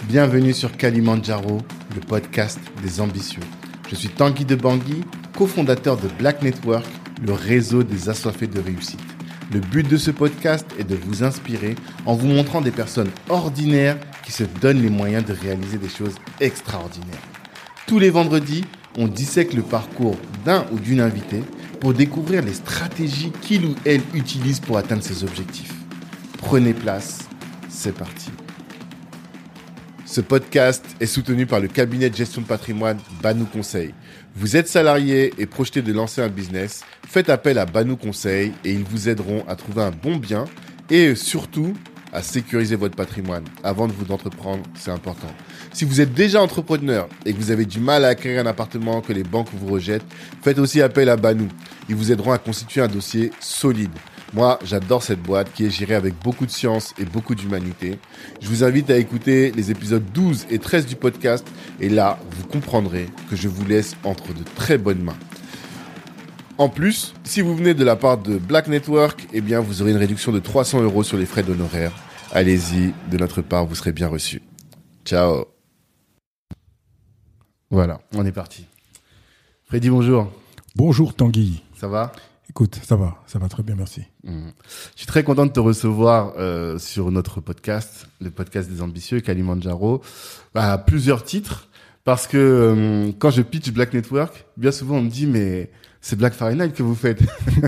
Bienvenue sur Kalimandjaro, le podcast des ambitieux. Je suis Tanguy de Bangui, cofondateur de Black Network, le réseau des assoiffés de réussite. Le but de ce podcast est de vous inspirer en vous montrant des personnes ordinaires qui se donnent les moyens de réaliser des choses extraordinaires. Tous les vendredis, on dissèque le parcours d'un ou d'une invitée pour découvrir les stratégies qu'il ou elle utilise pour atteindre ses objectifs. Prenez place, c'est parti. Ce podcast est soutenu par le cabinet de gestion de patrimoine Banou Conseil. Vous êtes salarié et projetez de lancer un business, faites appel à Banou Conseil et ils vous aideront à trouver un bon bien et surtout à sécuriser votre patrimoine avant de vous entreprendre, c'est important. Si vous êtes déjà entrepreneur et que vous avez du mal à acquérir un appartement, que les banques vous rejettent, faites aussi appel à Banou. Ils vous aideront à constituer un dossier solide. Moi, j'adore cette boîte qui est gérée avec beaucoup de science et beaucoup d'humanité. Je vous invite à écouter les épisodes 12 et 13 du podcast et là, vous comprendrez que je vous laisse entre de très bonnes mains. En plus, si vous venez de la part de Black Network, eh bien, vous aurez une réduction de 300 € sur les frais d'honoraires. Allez-y, de notre part, vous serez bien reçus. Ciao. Voilà, on est parti. Freddy, bonjour. Bonjour Tanguy. Ça va ? Écoute, ça va très bien, merci. Je suis très content de te recevoir sur notre podcast, le podcast des ambitieux, Kalimandjaro, à plusieurs titres, parce que quand je pitch Black Network, bien souvent on me dit mais c'est Black Fahrenheit que vous faites.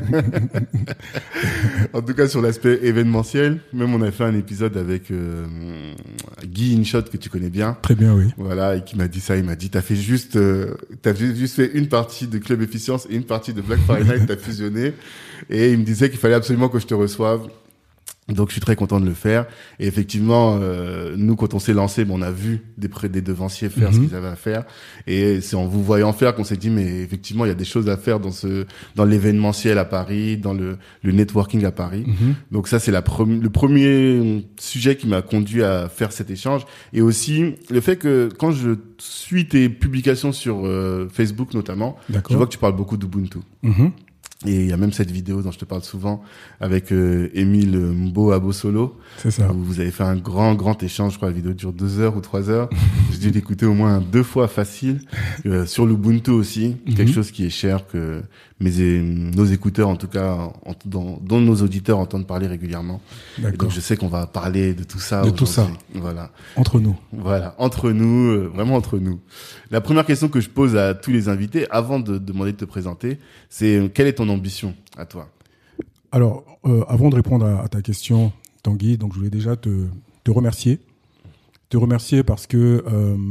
En tout cas sur l'aspect événementiel, même on a fait un épisode avec Guy Inshot que tu connais bien. Très bien, oui. Voilà, et qui m'a dit ça, il m'a dit t'as juste fait une partie de Club Efficience et une partie de Black Fahrenheit, t'as fusionné, et il me disait qu'il fallait absolument que je te reçoive. Donc je suis très content de le faire. Et effectivement, nous quand on s'est lancé, on a vu des devanciers faire ce qu'ils avaient à faire. Et c'est en vous voyant faire qu'on s'est dit mais effectivement il y a des choses à faire dans l'événementiel à Paris, dans le networking à Paris. Donc ça c'est le premier sujet qui m'a conduit à faire cet échange. Et aussi le fait que quand je suis tes publications sur Facebook notamment, je vois que tu parles beaucoup d'Ubuntu. Et il y a même cette vidéo dont je te parle souvent avec Émile Mbo Abosolo. C'est ça. Où vous avez fait un grand échange. Je crois la vidéo dure 2 heures ou 3 heures. J'ai dû l'écouter au moins 2 fois facile. Sur l'Ubuntu aussi. Quelque chose qui est cher que nos écouteurs, en tout cas, dont nos auditeurs entendent parler régulièrement. Et donc je sais qu'on va parler de tout ça. De tout ça. Voilà. Entre nous. Voilà. Entre nous, vraiment entre nous. La première question que je pose à tous les invités, avant de demander de te présenter, c'est quelle est ton ambition à toi? Alors, avant de répondre à ta question, Tanguy, donc je voulais déjà te remercier. Te remercier parce que,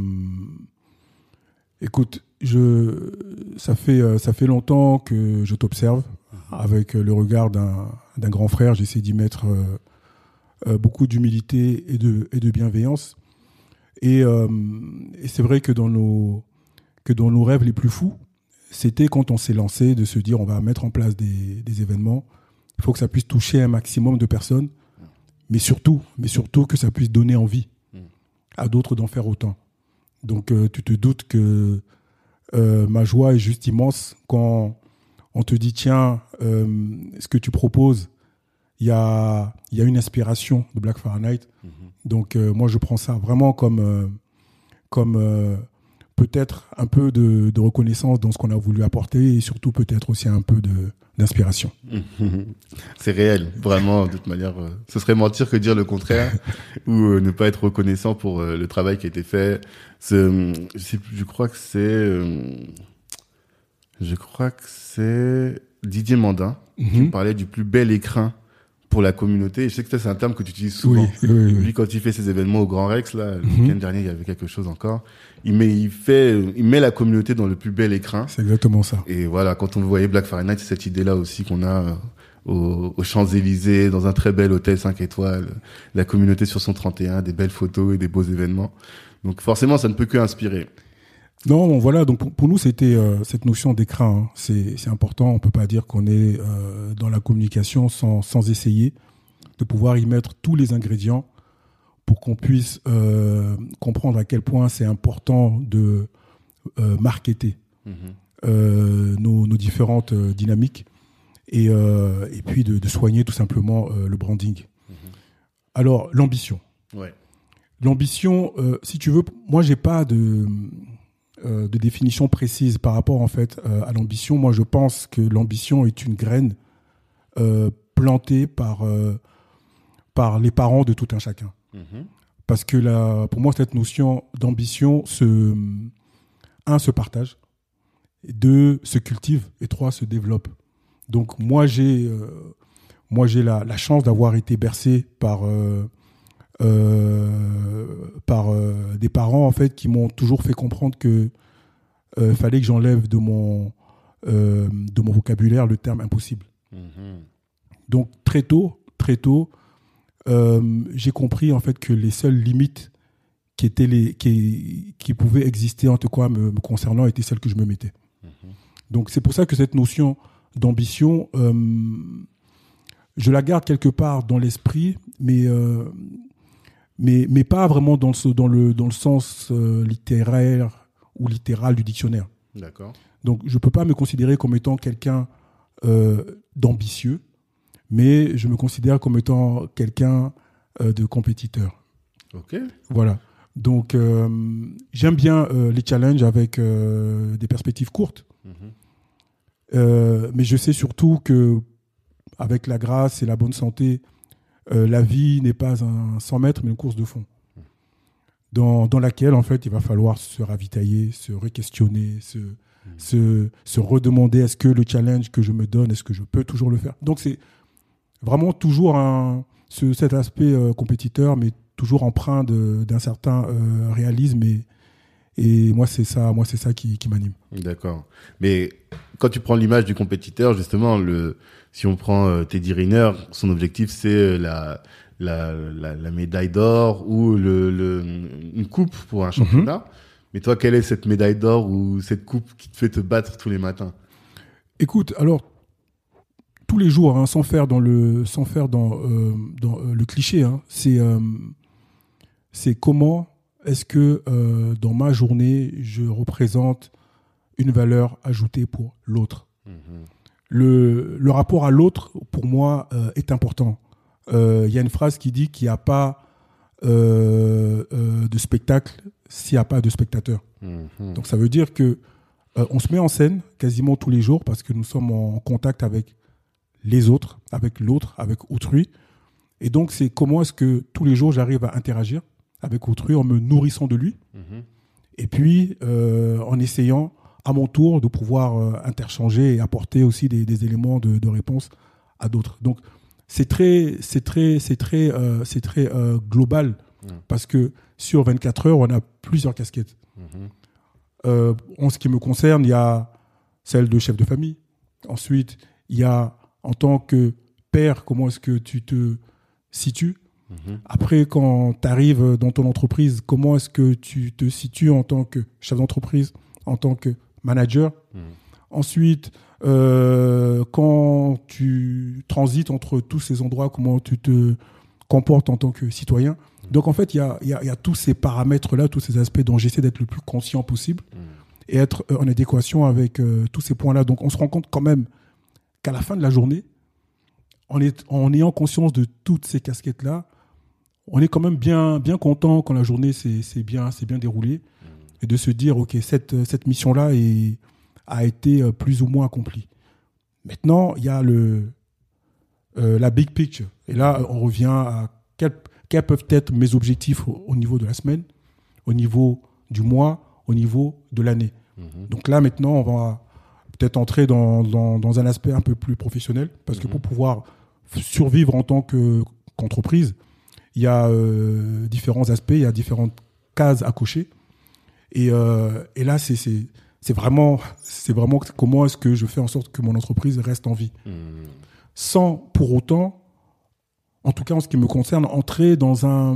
écoute, ça fait longtemps que je t'observe avec le regard d'un grand frère. J'essaie d'y mettre beaucoup d'humilité et de bienveillance. Et c'est vrai que dans nos rêves les plus fous, c'était quand on s'est lancé de se dire on va mettre en place des événements. Il faut que ça puisse toucher un maximum de personnes, mais surtout que ça puisse donner envie à d'autres d'en faire autant. Donc tu te doutes que ma joie est juste immense quand on te dit tiens, ce que tu proposes, il y a une inspiration de Black Fahrenheit. Donc moi je prends ça vraiment comme peut-être un peu de reconnaissance dans ce qu'on a voulu apporter et surtout peut-être aussi un peu d'inspiration. C'est réel, vraiment, de toute manière. Ce serait mentir que dire le contraire ou ne pas être reconnaissant pour le travail qui a été fait. Je crois que c'est Didier Mandin qui parlait du plus bel écrin pour la communauté. Et je sais que ça, c'est un terme que tu utilises souvent. Oui. Lui, quand il fait ses événements au Grand Rex, là, le week-end dernier, il y avait quelque chose encore. Il met la communauté dans le plus bel écrin. C'est exactement ça. Et voilà, quand on voyait Black Fahrenheit, c'est cette idée-là aussi qu'on a aux Champs-Élysées, dans un très bel hôtel 5 étoiles, la communauté sur son 31, des belles photos et des beaux événements. Donc forcément, ça ne peut que inspirer. Non, bon, voilà. Donc pour nous, c'était cette notion d'écrin. C'est important. On peut pas dire qu'on est dans la communication sans essayer de pouvoir y mettre tous les ingrédients pour qu'on puisse comprendre à quel point c'est important de marketer nos différentes dynamiques et puis de soigner tout simplement le branding. Alors l'ambition. Ouais. L'ambition, si tu veux, moi j'ai pas de définition précise par rapport en fait à l'ambition. Moi je pense que l'ambition est une graine plantée par les parents de tout un chacun. Parce que pour moi cette notion d'ambition se partage, 2 se cultive et 3 se développe. Donc moi j'ai la chance d'avoir été bercé par des parents en fait qui m'ont toujours fait comprendre que fallait que j'enlève de mon vocabulaire le terme impossible. Donc très tôt, j'ai compris en fait que les seules limites qui pouvaient exister en tout cas me concernant étaient celles que je me mettais. Donc c'est pour ça que cette notion d'ambition, je la garde quelque part dans l'esprit, mais pas vraiment dans le sens littéraire ou littéral du dictionnaire. D'accord. Donc je peux pas me considérer comme étant quelqu'un d'ambitieux, mais je me considère comme étant quelqu'un de compétiteur. Ok. Voilà. Donc j'aime bien les challenges avec des perspectives courtes. Mais je sais surtout que avec la grâce et la bonne santé, la vie n'est pas un 100 mètres, mais une course de fond. Dans laquelle, en fait, il va falloir se ravitailler, se re-questionner, se redemander est-ce que le challenge que je me donne, est-ce que je peux toujours le faire. Donc, c'est vraiment toujours cet aspect compétiteur, mais toujours empreint d'un certain réalisme. Et moi, c'est ça qui m'anime. D'accord. Mais quand tu prends l'image du compétiteur, justement, si on prend Teddy Riner, son objectif, c'est la médaille d'or ou une coupe pour un championnat. Mais toi, quelle est cette médaille d'or ou cette coupe qui te fait te battre tous les matins? Écoute, alors, tous les jours, hein, sans faire dans le cliché, hein, c'est comment est-ce que dans ma journée, je représente une valeur ajoutée pour l'autre. Le rapport à l'autre, pour moi, est important. Il y a une phrase qui dit qu'il n'y a pas de spectacle s'il n'y a pas de spectateur. Donc ça veut dire que on se met en scène quasiment tous les jours parce que nous sommes en contact avec les autres, avec l'autre, avec autrui. Et donc c'est comment est-ce que tous les jours j'arrive à interagir avec autrui en me nourrissant de lui. Et puis en essayant à mon tour de pouvoir interchanger et apporter aussi des éléments de réponse à d'autres. Donc c'est très global parce que sur 24 heures, on a plusieurs casquettes. En ce qui me concerne, il y a celle de chef de famille. Ensuite, il y a en tant que père, comment est-ce que tu te situes. Après, quand tu arrives dans ton entreprise, comment est-ce que tu te situes en tant que chef d'entreprise, en tant que manager. Ensuite, quand tu transites entre tous ces endroits, comment tu te comportes en tant que citoyen. Donc, en fait, il y a tous ces paramètres-là, tous ces aspects dont j'essaie d'être le plus conscient possible et être en adéquation avec tous ces points-là. Donc, on se rend compte quand même qu'à la fin de la journée, en ayant conscience de toutes ces casquettes-là, on est quand même bien content quand la journée s'est bien déroulée et de se dire, OK, cette mission-là a été plus ou moins accomplie. Maintenant, il y a la big picture. Et là, on revient à quels peuvent être mes objectifs au niveau de la semaine, au niveau du mois, au niveau de l'année. Donc là, maintenant, on va peut-être entrer dans un aspect un peu plus professionnel parce que pour pouvoir survivre en tant qu'entreprise, il y a différents aspects, il y a différentes cases à cocher. Et là, c'est vraiment comment est-ce que je fais en sorte que mon entreprise reste en vie. Sans pour autant, en tout cas en ce qui me concerne, entrer dans un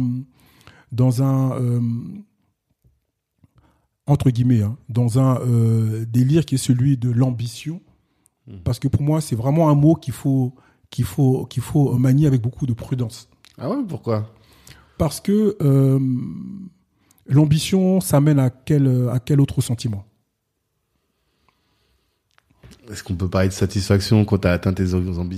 entre guillemets, dans un délire qui est celui de l'ambition. Parce que pour moi, c'est vraiment un mot qu'il faut manier avec beaucoup de prudence. Ah ouais, pourquoi ? Parce que l'ambition, ça mène à quel autre sentiment ? Est-ce qu'on peut parler de satisfaction quand tu as atteint tes ambitions ?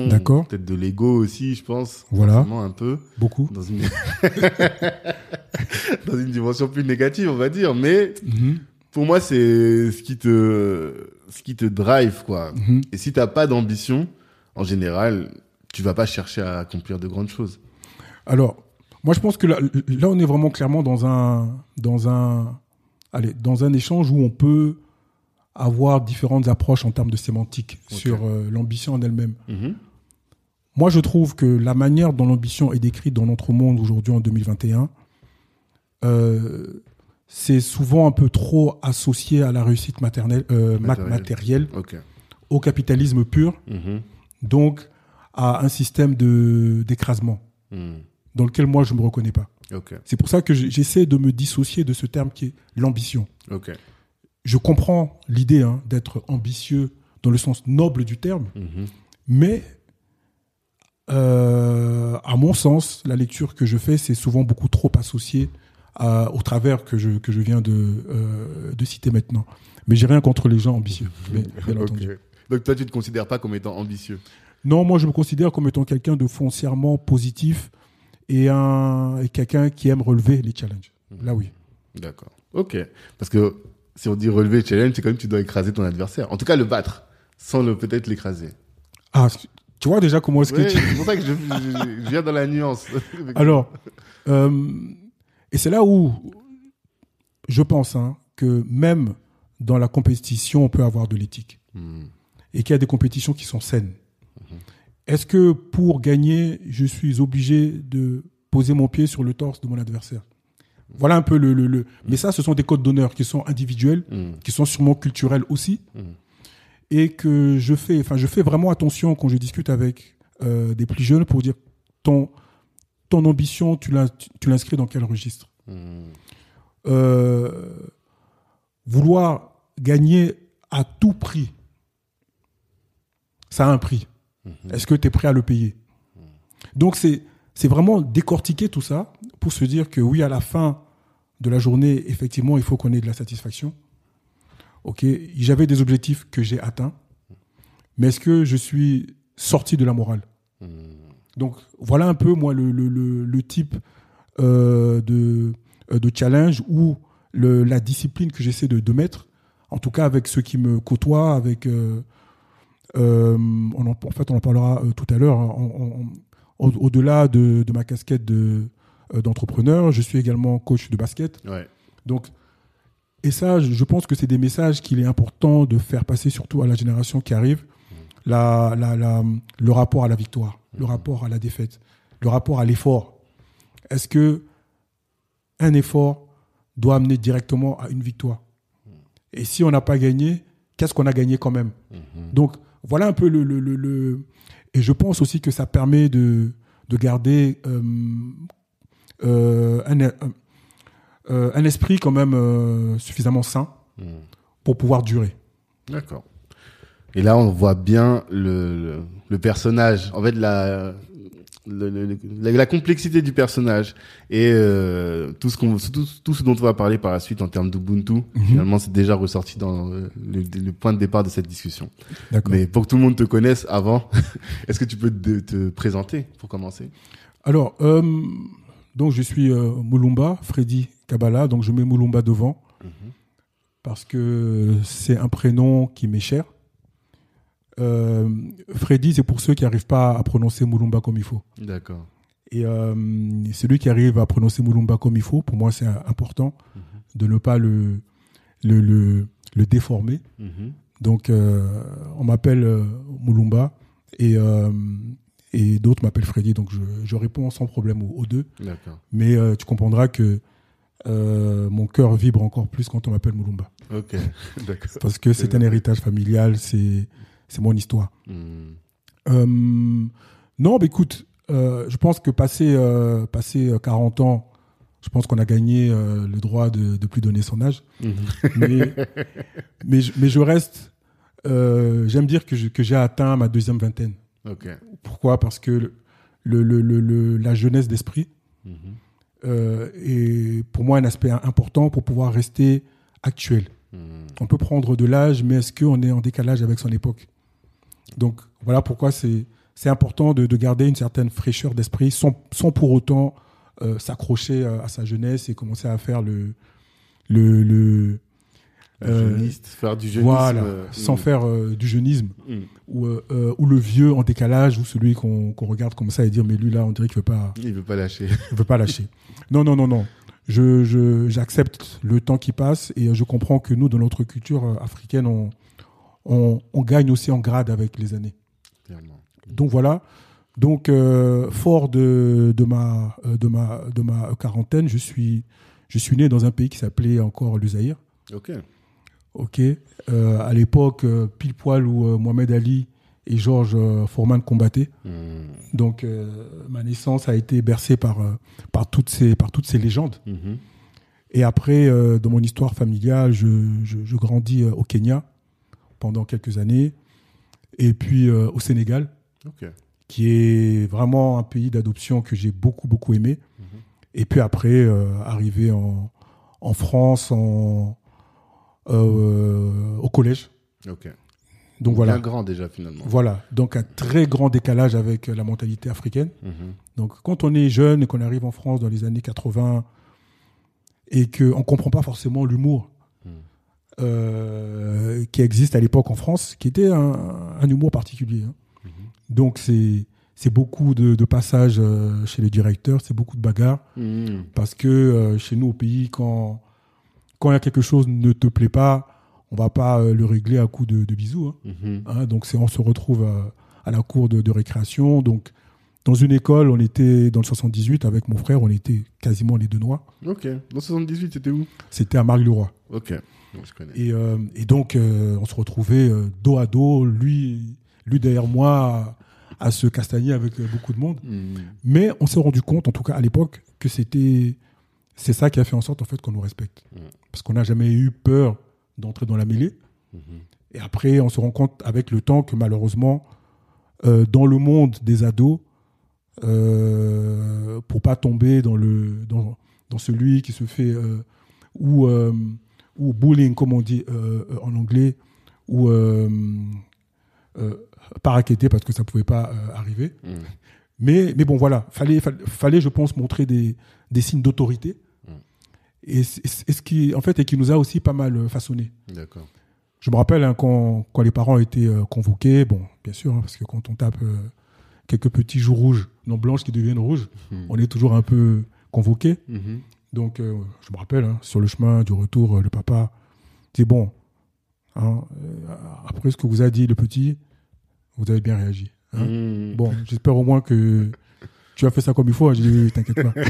D'accord. Peut-être de l'ego aussi, je pense. Voilà. Un peu. Beaucoup. dans une dimension plus négative, on va dire. Mais pour moi, c'est ce qui te drive, quoi. Et si t'as pas d'ambition, en général, tu vas pas chercher à accomplir de grandes choses. Alors, moi, je pense que là, on est vraiment clairement dans un échange où on peut avoir différentes approches en termes de sémantique sur l'ambition en elle-même. Moi, je trouve que la manière dont l'ambition est décrite dans notre monde aujourd'hui en 2021, c'est souvent un peu trop associé à la réussite matérielle, au capitalisme pur, donc à un système d'écrasement dans lequel moi je ne me reconnais pas. C'est pour ça que j'essaie de me dissocier de ce terme qui est l'ambition. Je comprends l'idée d'être ambitieux dans le sens noble du terme, mais à mon sens, la lecture que je fais, c'est souvent beaucoup trop associé au travers que je viens de citer maintenant. Mais j'ai rien contre les gens ambitieux, bien entendu. Donc toi, tu te considères pas comme étant ambitieux? Non, moi je me considère comme étant quelqu'un de foncièrement positif et quelqu'un qui aime relever les challenges. Là, oui. D'accord. Ok. Parce que si on dit relever les challenges, c'est quand même que tu dois écraser ton adversaire. En tout cas, le battre, sans peut-être l'écraser. Ah, tu vois déjà comment est-ce que c'est pour ça que je viens dans la nuance. Alors, et c'est là où je pense que même dans la compétition, on peut avoir de l'éthique. Et qu'il y a des compétitions qui sont saines. Est-ce que pour gagner, je suis obligé de poser mon pied sur le torse de mon adversaire? Voilà un peu Mais ça, ce sont des codes d'honneur qui sont individuels, qui sont sûrement culturels aussi. Et que je fais vraiment attention quand je discute avec des plus jeunes pour dire ton ambition, tu l'inscris dans quel registre? Vouloir gagner à tout prix, ça a un prix. Est-ce que tu es prêt à le payer? Donc, c'est vraiment décortiquer tout ça pour se dire que oui, à la fin de la journée, effectivement, il faut qu'on ait de la satisfaction. Ok, j'avais des objectifs que j'ai atteints, mais est-ce que je suis sorti de la morale? Donc, voilà un peu, moi, le type de challenge ou la discipline que j'essaie de mettre, en tout cas avec ceux qui me côtoient, avec... on en parlera tout à l'heure. Au-delà de ma casquette d'entrepreneur, je suis également coach de basket. Donc, et ça, je pense que c'est des messages qu'il est important de faire passer, surtout à la génération qui arrive. Le rapport à la victoire, le rapport à la défaite, le rapport à l'effort. Est-ce que un effort doit amener directement à une victoire? Et si on n'a pas gagné, qu'est-ce qu'on a gagné quand même? Donc, voilà un peu Et je pense aussi que ça permet de garder un esprit quand même suffisamment sain pour pouvoir durer. D'accord. Et là, on voit bien le personnage. En fait, la complexité du personnage et tout ce dont on va parler par la suite en termes d'Ubuntu, finalement, c'est déjà ressorti dans le point de départ de cette discussion. D'accord. Mais pour que tout le monde te connaisse avant, est-ce que tu peux te présenter pour commencer? Alors, donc je suis Mulumba, Freddy Kabala, donc je mets Mulumba devant parce que c'est un prénom qui m'est cher. Freddy, c'est pour ceux qui n'arrivent pas à prononcer Mulumba comme il faut. D'accord. Et celui qui arrive à prononcer Mulumba comme il faut, pour moi, c'est important de ne pas le déformer. Donc, on m'appelle Mulumba et d'autres m'appellent Freddy. Donc, je réponds sans problème aux deux. D'accord. Mais tu comprendras que mon cœur vibre encore plus quand on m'appelle Mulumba. Ok, d'accord. Parce que c'est un héritage familial, c'est mon histoire. Non, mais écoute, je pense que passé 40 ans, je pense qu'on a gagné le droit de plus donner son âge. Mais je reste... j'aime dire que j'ai atteint ma deuxième vingtaine. Okay. Pourquoi? Parce que la jeunesse d'esprit est pour moi un aspect important pour pouvoir rester actuel. On peut prendre de l'âge, mais est-ce qu'on est en décalage avec son époque? Donc voilà pourquoi c'est important de garder une certaine fraîcheur d'esprit sans pour autant s'accrocher à sa jeunesse et commencer à faire le jeuniste, faire du jeunisme. Voilà, sans faire du jeunisme, ou le vieux en décalage, ou celui qu'on regarde comme ça et dire mais lui là on dirait qu'il veut pas. Il veut pas lâcher. Il veut pas lâcher. Non. J'accepte le temps qui passe et je comprends que nous dans notre culture africaine on gagne aussi en grade avec les années. Clairement. Donc voilà. Donc fort de ma quarantaine, je suis né dans un pays qui s'appelait encore le Zaïre. Ok. À l'époque, pile poil où Mohamed Ali et Georges Foreman combattaient. Donc, ma naissance a été bercée par toutes ces légendes. Et après, dans mon histoire familiale, je grandis au Kenya pendant quelques années. Et puis au Sénégal, qui est vraiment un pays d'adoption que j'ai beaucoup, beaucoup aimé. Et puis après, arrivé en France, au collège. Donc voilà. Bien grand déjà finalement. Voilà, donc un très grand décalage avec la mentalité africaine. Donc quand on est jeune et qu'on arrive en France dans les années 80 et qu'on ne comprend pas forcément l'humour qui existe à l'époque en France, qui était un humour particulier. Donc c'est beaucoup de passages chez les directeurs, c'est beaucoup de bagarres, parce que chez nous au pays, quand il y a quelque chose qui ne te plaît pas, on va pas le régler à coup de bisous. Donc on se retrouve à la cour de récréation. Donc dans une école, on était dans le 78 avec mon frère, on était quasiment les deux noirs. Dans le 78, c'était où? C'était à Marly-le-Roi. Donc, je connais. Et donc on se retrouvait dos à dos, lui derrière moi, à se castagner avec beaucoup de monde. Mais on s'est rendu compte, en tout cas à l'époque, que c'est ça qui a fait en sorte en fait qu'on nous respecte. Parce qu'on n'a jamais eu peur d'entrer dans la mêlée. Et après, on se rend compte avec le temps que malheureusement, dans le monde des ados, pour pas tomber dans celui qui se fait ou bullying comme on dit en anglais, ou paraqueter parce que ça pouvait pas arriver. Mais bon voilà, fallait je pense montrer des signes d'autorité. Et ce qui en fait et qui nous a aussi pas mal façonné. D'accord. Je me rappelle quand les parents étaient convoqués, bon bien sûr parce que quand on tape quelques petits joues rouges, non blanches qui deviennent rouges, on est toujours un peu convoqué. Donc je me rappelle sur le chemin du retour, le papa dit bon, après ce que vous a dit le petit, vous avez bien réagi. Bon, j'espère au moins que tu as fait ça comme il faut. J'ai dit oui, t'inquiète pas.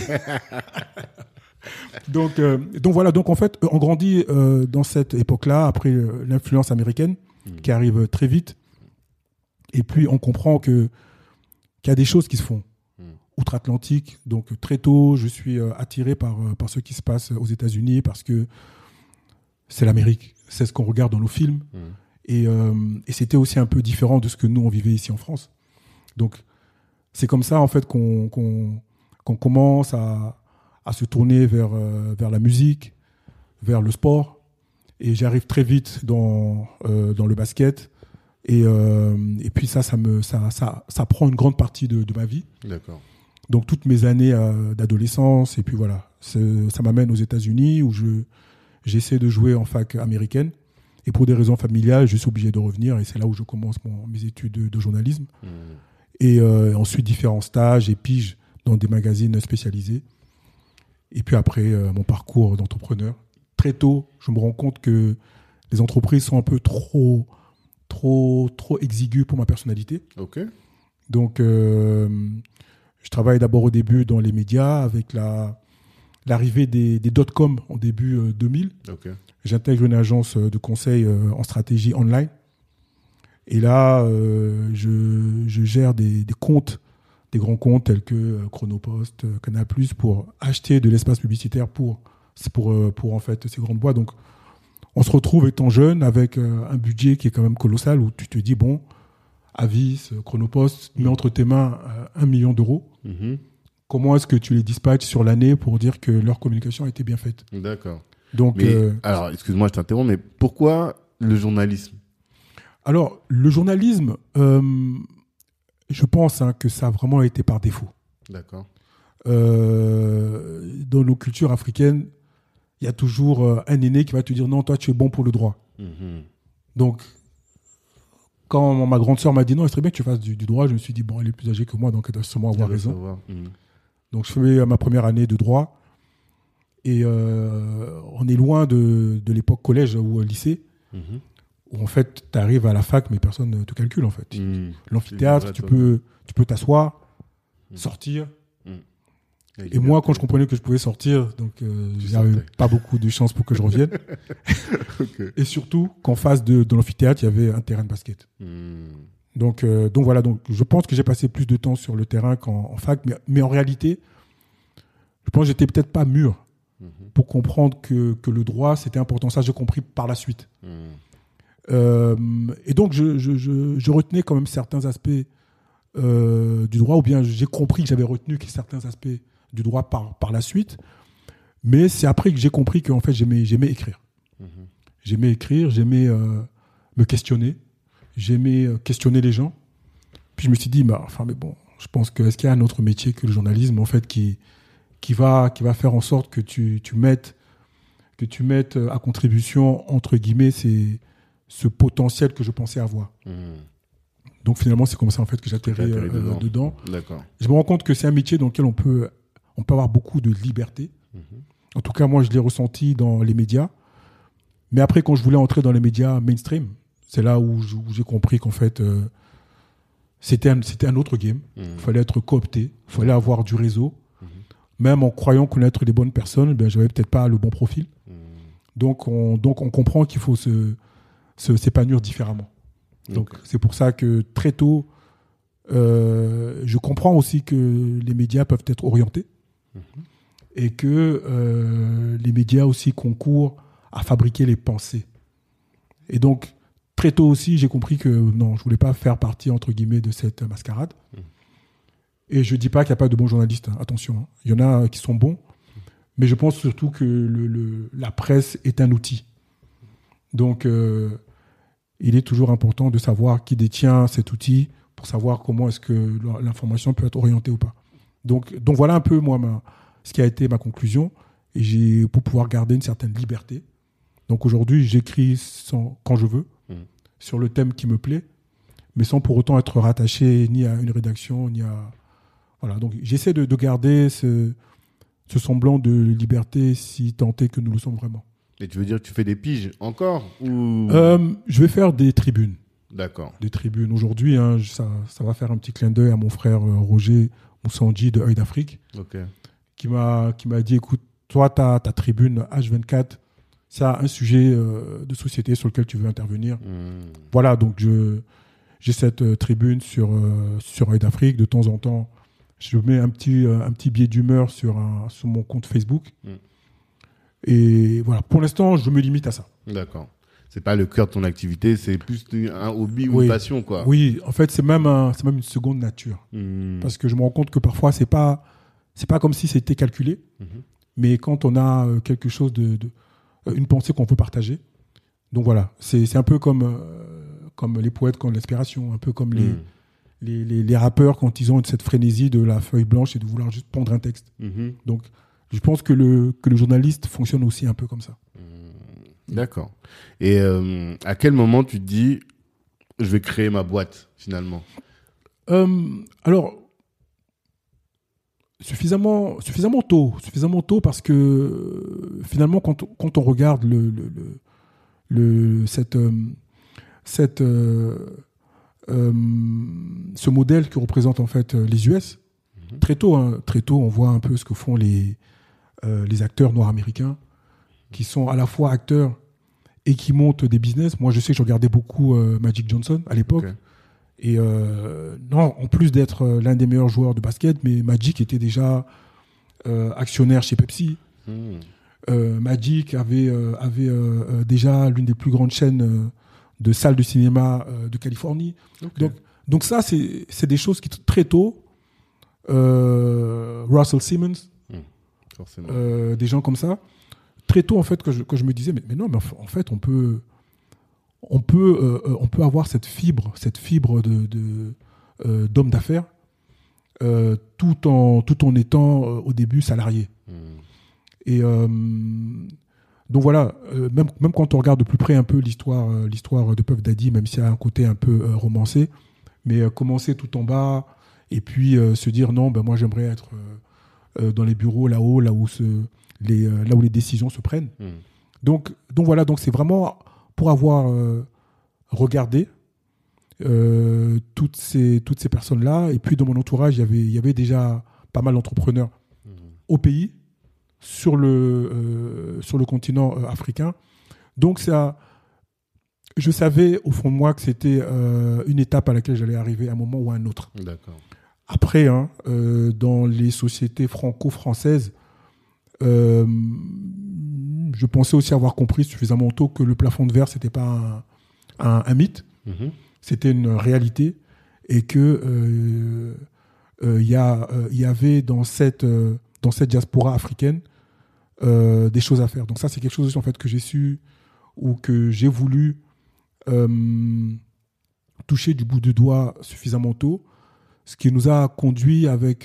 Donc voilà, donc en fait, on grandit dans cette époque-là, après l'influence américaine qui arrive très vite. Et puis on comprend qu'il y a des choses qui se font outre-Atlantique. Donc très tôt, je suis attiré par ce qui se passe aux États-Unis parce que c'est l'Amérique, c'est ce qu'on regarde dans nos films. Et c'était aussi un peu différent de ce que nous, on vivait ici en France. Donc, c'est comme ça, en fait, qu'on commence à se tourner vers la musique, vers le sport. Et j'arrive très vite dans le basket. Et puis ça prend une grande partie de ma vie. D'accord. Donc, toutes mes années d'adolescence. Et puis voilà, ça m'amène aux États-Unis où j'essaie de jouer en fac américaine. Et pour des raisons familiales, je suis obligé de revenir. Et c'est là où je commence mes études de journalisme. Et ensuite, différents stages et piges dans des magazines spécialisés. Et puis après, mon parcours d'entrepreneur. Très tôt, je me rends compte que les entreprises sont un peu trop exiguës pour ma personnalité. Donc, je travaille d'abord au début dans les médias avec l'arrivée des dot-com en début 2000. J'intègre une agence de conseil en stratégie online. Et là, je gère des comptes, des grands comptes tels que Chronopost, Canal+, pour acheter de l'espace publicitaire pour en fait ces grandes boîtes. Donc, on se retrouve étant jeune avec un budget qui est quand même colossal où tu te dis, bon, Avis, Chronopost, mets entre tes mains 1 million d'euros. Comment est-ce que tu les dispatches sur l'année pour dire que leur communication a été bien faite? D'accord. Donc, alors, excuse-moi, je t'interromps, mais pourquoi le journalisme? Alors, le journalisme, je pense que ça a vraiment été par défaut. D'accord. dans nos cultures africaines, il y a toujours un aîné qui va te dire non, toi tu es bon pour le droit. Donc, quand ma grande sœur m'a dit non, il serait bien que tu fasses du droit, je me suis dit bon, elle est plus âgée que moi, donc elle doit sûrement avoir raison. Donc, je fais ma première année de droit. Et on est loin de l'époque collège ou lycée, où en fait, tu arrives à la fac, mais personne ne te calcule en fait. L'amphithéâtre, tu peux t'asseoir, sortir. Et moi, quand je comprenais que je pouvais sortir, donc j'avais pas beaucoup de chance pour que je revienne. Et surtout qu'en face de l'amphithéâtre, il y avait un terrain de basket. Donc voilà, donc je pense que j'ai passé plus de temps sur le terrain qu'en fac, mais en réalité, je pense que j'étais peut-être pas mûr pour comprendre que le droit, c'était important. Ça, j'ai compris par la suite. Et donc, je retenais quand même certains aspects du droit, ou bien j'ai compris que j'avais retenu certains aspects du droit par la suite. Mais c'est après que j'ai compris qu'en fait, j'aimais écrire. J'aimais écrire, j'aimais me questionner, j'aimais questionner les gens. Puis je me suis dit, mais bon, je pense que est-ce qu'il y a un autre métier que le journalisme, en fait, qui va faire en sorte que tu mettes à contribution, entre guillemets, ce potentiel que je pensais avoir. Donc finalement, c'est comme ça en fait que j'atterris dedans. D'accord. Je me rends compte que c'est un métier dans lequel on peut avoir beaucoup de liberté. En tout cas, moi, je l'ai ressenti dans les médias. Mais après, quand je voulais entrer dans les médias mainstream, c'est là où j'ai compris qu'en fait, c'était un autre game. Il fallait être coopté, il fallait avoir du réseau. Même en croyant connaître les bonnes personnes, je n'avais peut-être pas le bon profil. Donc, on comprend qu'il faut s'épanouir différemment. Donc, c'est pour ça que très tôt, je comprends aussi que les médias peuvent être orientés et que les médias aussi concourent à fabriquer les pensées. Et donc, très tôt aussi, j'ai compris que non, je ne voulais pas faire partie, entre guillemets, de cette mascarade. Et je ne dis pas qu'il n'y a pas de bons journalistes, hein. Attention, hein. Il y en a qui sont bons, mais je pense surtout que la presse est un outil. Donc, il est toujours important de savoir qui détient cet outil pour savoir comment est-ce que l'information peut être orientée ou pas. Donc voilà un peu, moi, ce qui a été ma conclusion, et pour pouvoir garder une certaine liberté. Donc aujourd'hui, j'écris quand je veux, sur le thème qui me plaît, mais sans pour autant être rattaché ni à une rédaction, ni à... Voilà, donc j'essaie de garder ce semblant de liberté, si tant est que nous le sommes vraiment. Et tu veux dire que tu fais des piges encore ou... Je vais faire des tribunes. D'accord. Des tribunes. Aujourd'hui, hein, ça va faire un petit clin d'œil à mon frère Roger Moussandji de Œil d'Afrique, qui m'a dit, écoute, toi, ta tribune H24, c'est un sujet de société sur lequel tu veux intervenir. Voilà, donc j'ai cette tribune sur Œil d'Afrique. De temps en temps, je mets un petit billet d'humeur sur mon compte Facebook. Et voilà, pour l'instant, je me limite à ça. D'accord. C'est pas le cœur de ton activité, c'est plus un hobby ou une passion, quoi. Oui, en fait, c'est même une seconde nature. Parce que je me rends compte que parfois, c'est pas comme si c'était calculé. Mais quand on a quelque chose une pensée qu'on peut partager. Donc voilà, c'est un peu comme les poètes qui ont de l'inspiration, un peu comme les rappeurs quand ils ont cette frénésie de la feuille blanche et de vouloir juste pondre un texte. Donc, je pense que le journaliste fonctionne aussi un peu comme ça. D'accord. Et à quel moment tu te dis, je vais créer ma boîte, finalement? Alors, suffisamment tôt parce que finalement, quand on regarde ce modèle que représentent en fait les US, très tôt, on voit un peu ce que font les acteurs noirs américains, qui sont à la fois acteurs et qui montent des business. Moi, je sais que je regardais beaucoup Magic Johnson à l'époque. Et non, en plus d'être l'un des meilleurs joueurs de basket, mais Magic était déjà actionnaire chez Pepsi. Magic avait déjà l'une des plus grandes chaînes de salles de cinéma de Californie. Donc ça, c'est des choses qui, très tôt, Russell Simmons, des gens comme ça, très tôt, en fait, que je me disais, mais non, mais en fait, on peut avoir cette fibre d'homme d'affaires tout en étant au début salarié. Et donc voilà, même quand on regarde de plus près un peu l'histoire de Puff Daddy, même s'il y a un côté un peu romancé, mais commencer tout en bas et puis se dire non, ben moi j'aimerais être dans les bureaux là-haut, là où les décisions se prennent. Donc voilà, donc c'est vraiment pour avoir regardé toutes ces personnes-là. Et puis dans mon entourage, il y avait déjà pas mal d'entrepreneurs au pays, sur le continent africain. Donc ça, je savais au fond de moi que c'était une étape à laquelle j'allais arriver à un moment ou à un autre. D'accord. Après, dans les sociétés franco-françaises, je pensais aussi avoir compris suffisamment tôt que le plafond de verre, c'était pas un mythe, c'était une réalité, et que il y avait dans cette diaspora africaine des choses à faire. Donc ça, c'est quelque chose aussi, en fait, que j'ai su ou que j'ai voulu toucher du bout du doigt suffisamment tôt, ce qui nous a conduit avec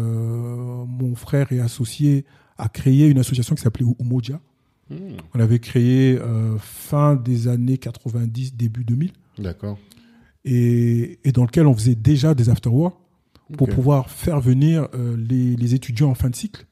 mon frère et associé à créer une association qui s'appelait Umoja. On avait créé fin des années 90, début 2000. D'accord. Et dans lequel on faisait déjà des after-work pour pouvoir faire venir les étudiants en fin de cycle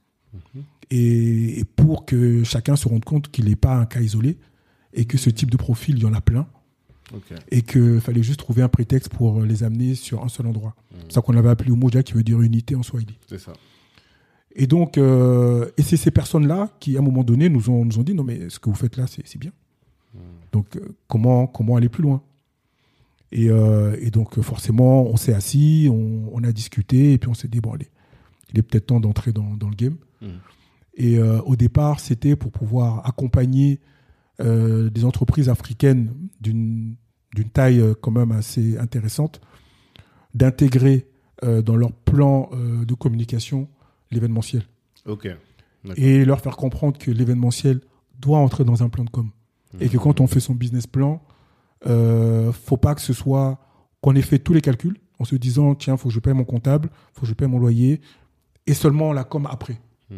et pour que chacun se rende compte qu'il n'est pas un cas isolé et que ce type de profil, il y en a plein. Et qu'il fallait juste trouver un prétexte pour les amener sur un seul endroit. C'est ça qu'on avait appelé Umoja, qui veut dire unité en Swahili. C'est ça. Et donc, et c'est ces personnes-là qui, à un moment donné, nous ont dit non, mais ce que vous faites là, c'est bien. Donc, comment aller plus loin ? Et donc, forcément, on s'est assis, on a discuté, et puis on s'est dit bon, allez, il est peut-être temps d'entrer dans le game. Et au départ, c'était pour pouvoir accompagner des entreprises africaines d'une taille quand même assez intéressante, d'intégrer dans leur plan de communication l'événementiel. Et leur faire comprendre que l'événementiel doit entrer dans un plan de com. Et que quand on fait son business plan, faut pas que ce soit qu'on ait fait tous les calculs en se disant tiens, faut que je paye mon comptable, faut que je paye mon loyer, et seulement la com après.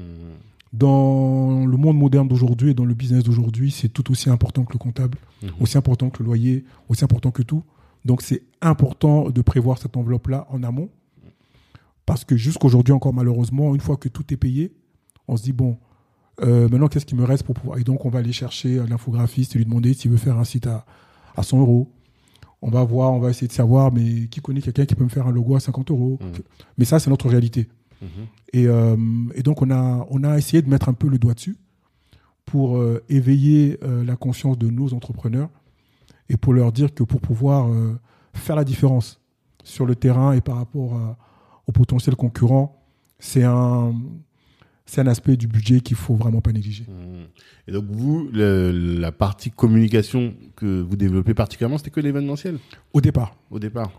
Dans le monde moderne d'aujourd'hui et dans le business d'aujourd'hui, c'est tout aussi important que le comptable, aussi important que le loyer, aussi important que tout. Donc, c'est important de prévoir cette enveloppe-là en amont. Parce que jusqu'aujourd'hui, encore malheureusement, une fois que tout est payé, on se dit, bon, maintenant, qu'est-ce qui me reste pour pouvoir... Et donc, on va aller chercher l'infographiste et lui demander s'il veut faire un site à 100 €. On va essayer de savoir, mais qui connaît quelqu'un qui peut me faire un logo à 50 €. Mais ça, c'est notre réalité. Et donc, on a essayé de mettre un peu le doigt dessus pour éveiller la conscience de nos entrepreneurs et pour leur dire que pour pouvoir faire la différence sur le terrain et par rapport aux potentiels concurrents, c'est un aspect du budget qu'il ne faut vraiment pas négliger. Et donc, vous, la partie communication que vous développez particulièrement, c'était que l'événementiel ? Au départ, on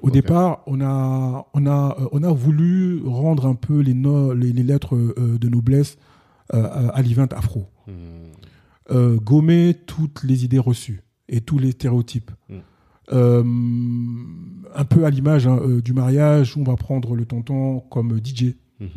a voulu rendre un peu les lettres de noblesse à l'event afro. Gommer toutes les idées reçues et tous les stéréotypes. Un peu à l'image du mariage où on va prendre le tonton comme DJ.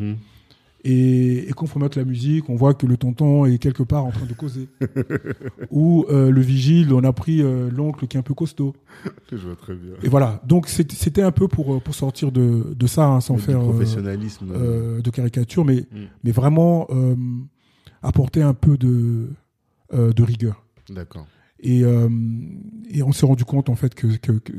Et quand il faut mettre la musique, on voit que le tonton est quelque part en train de causer. Ou le vigile, on a pris l'oncle qui est un peu costaud. Je vois très bien. Et voilà, donc c'était un peu pour sortir de ça, sans faire professionnalisme, de caricature, mais vraiment apporter un peu de rigueur. D'accord. Et on s'est rendu compte en fait que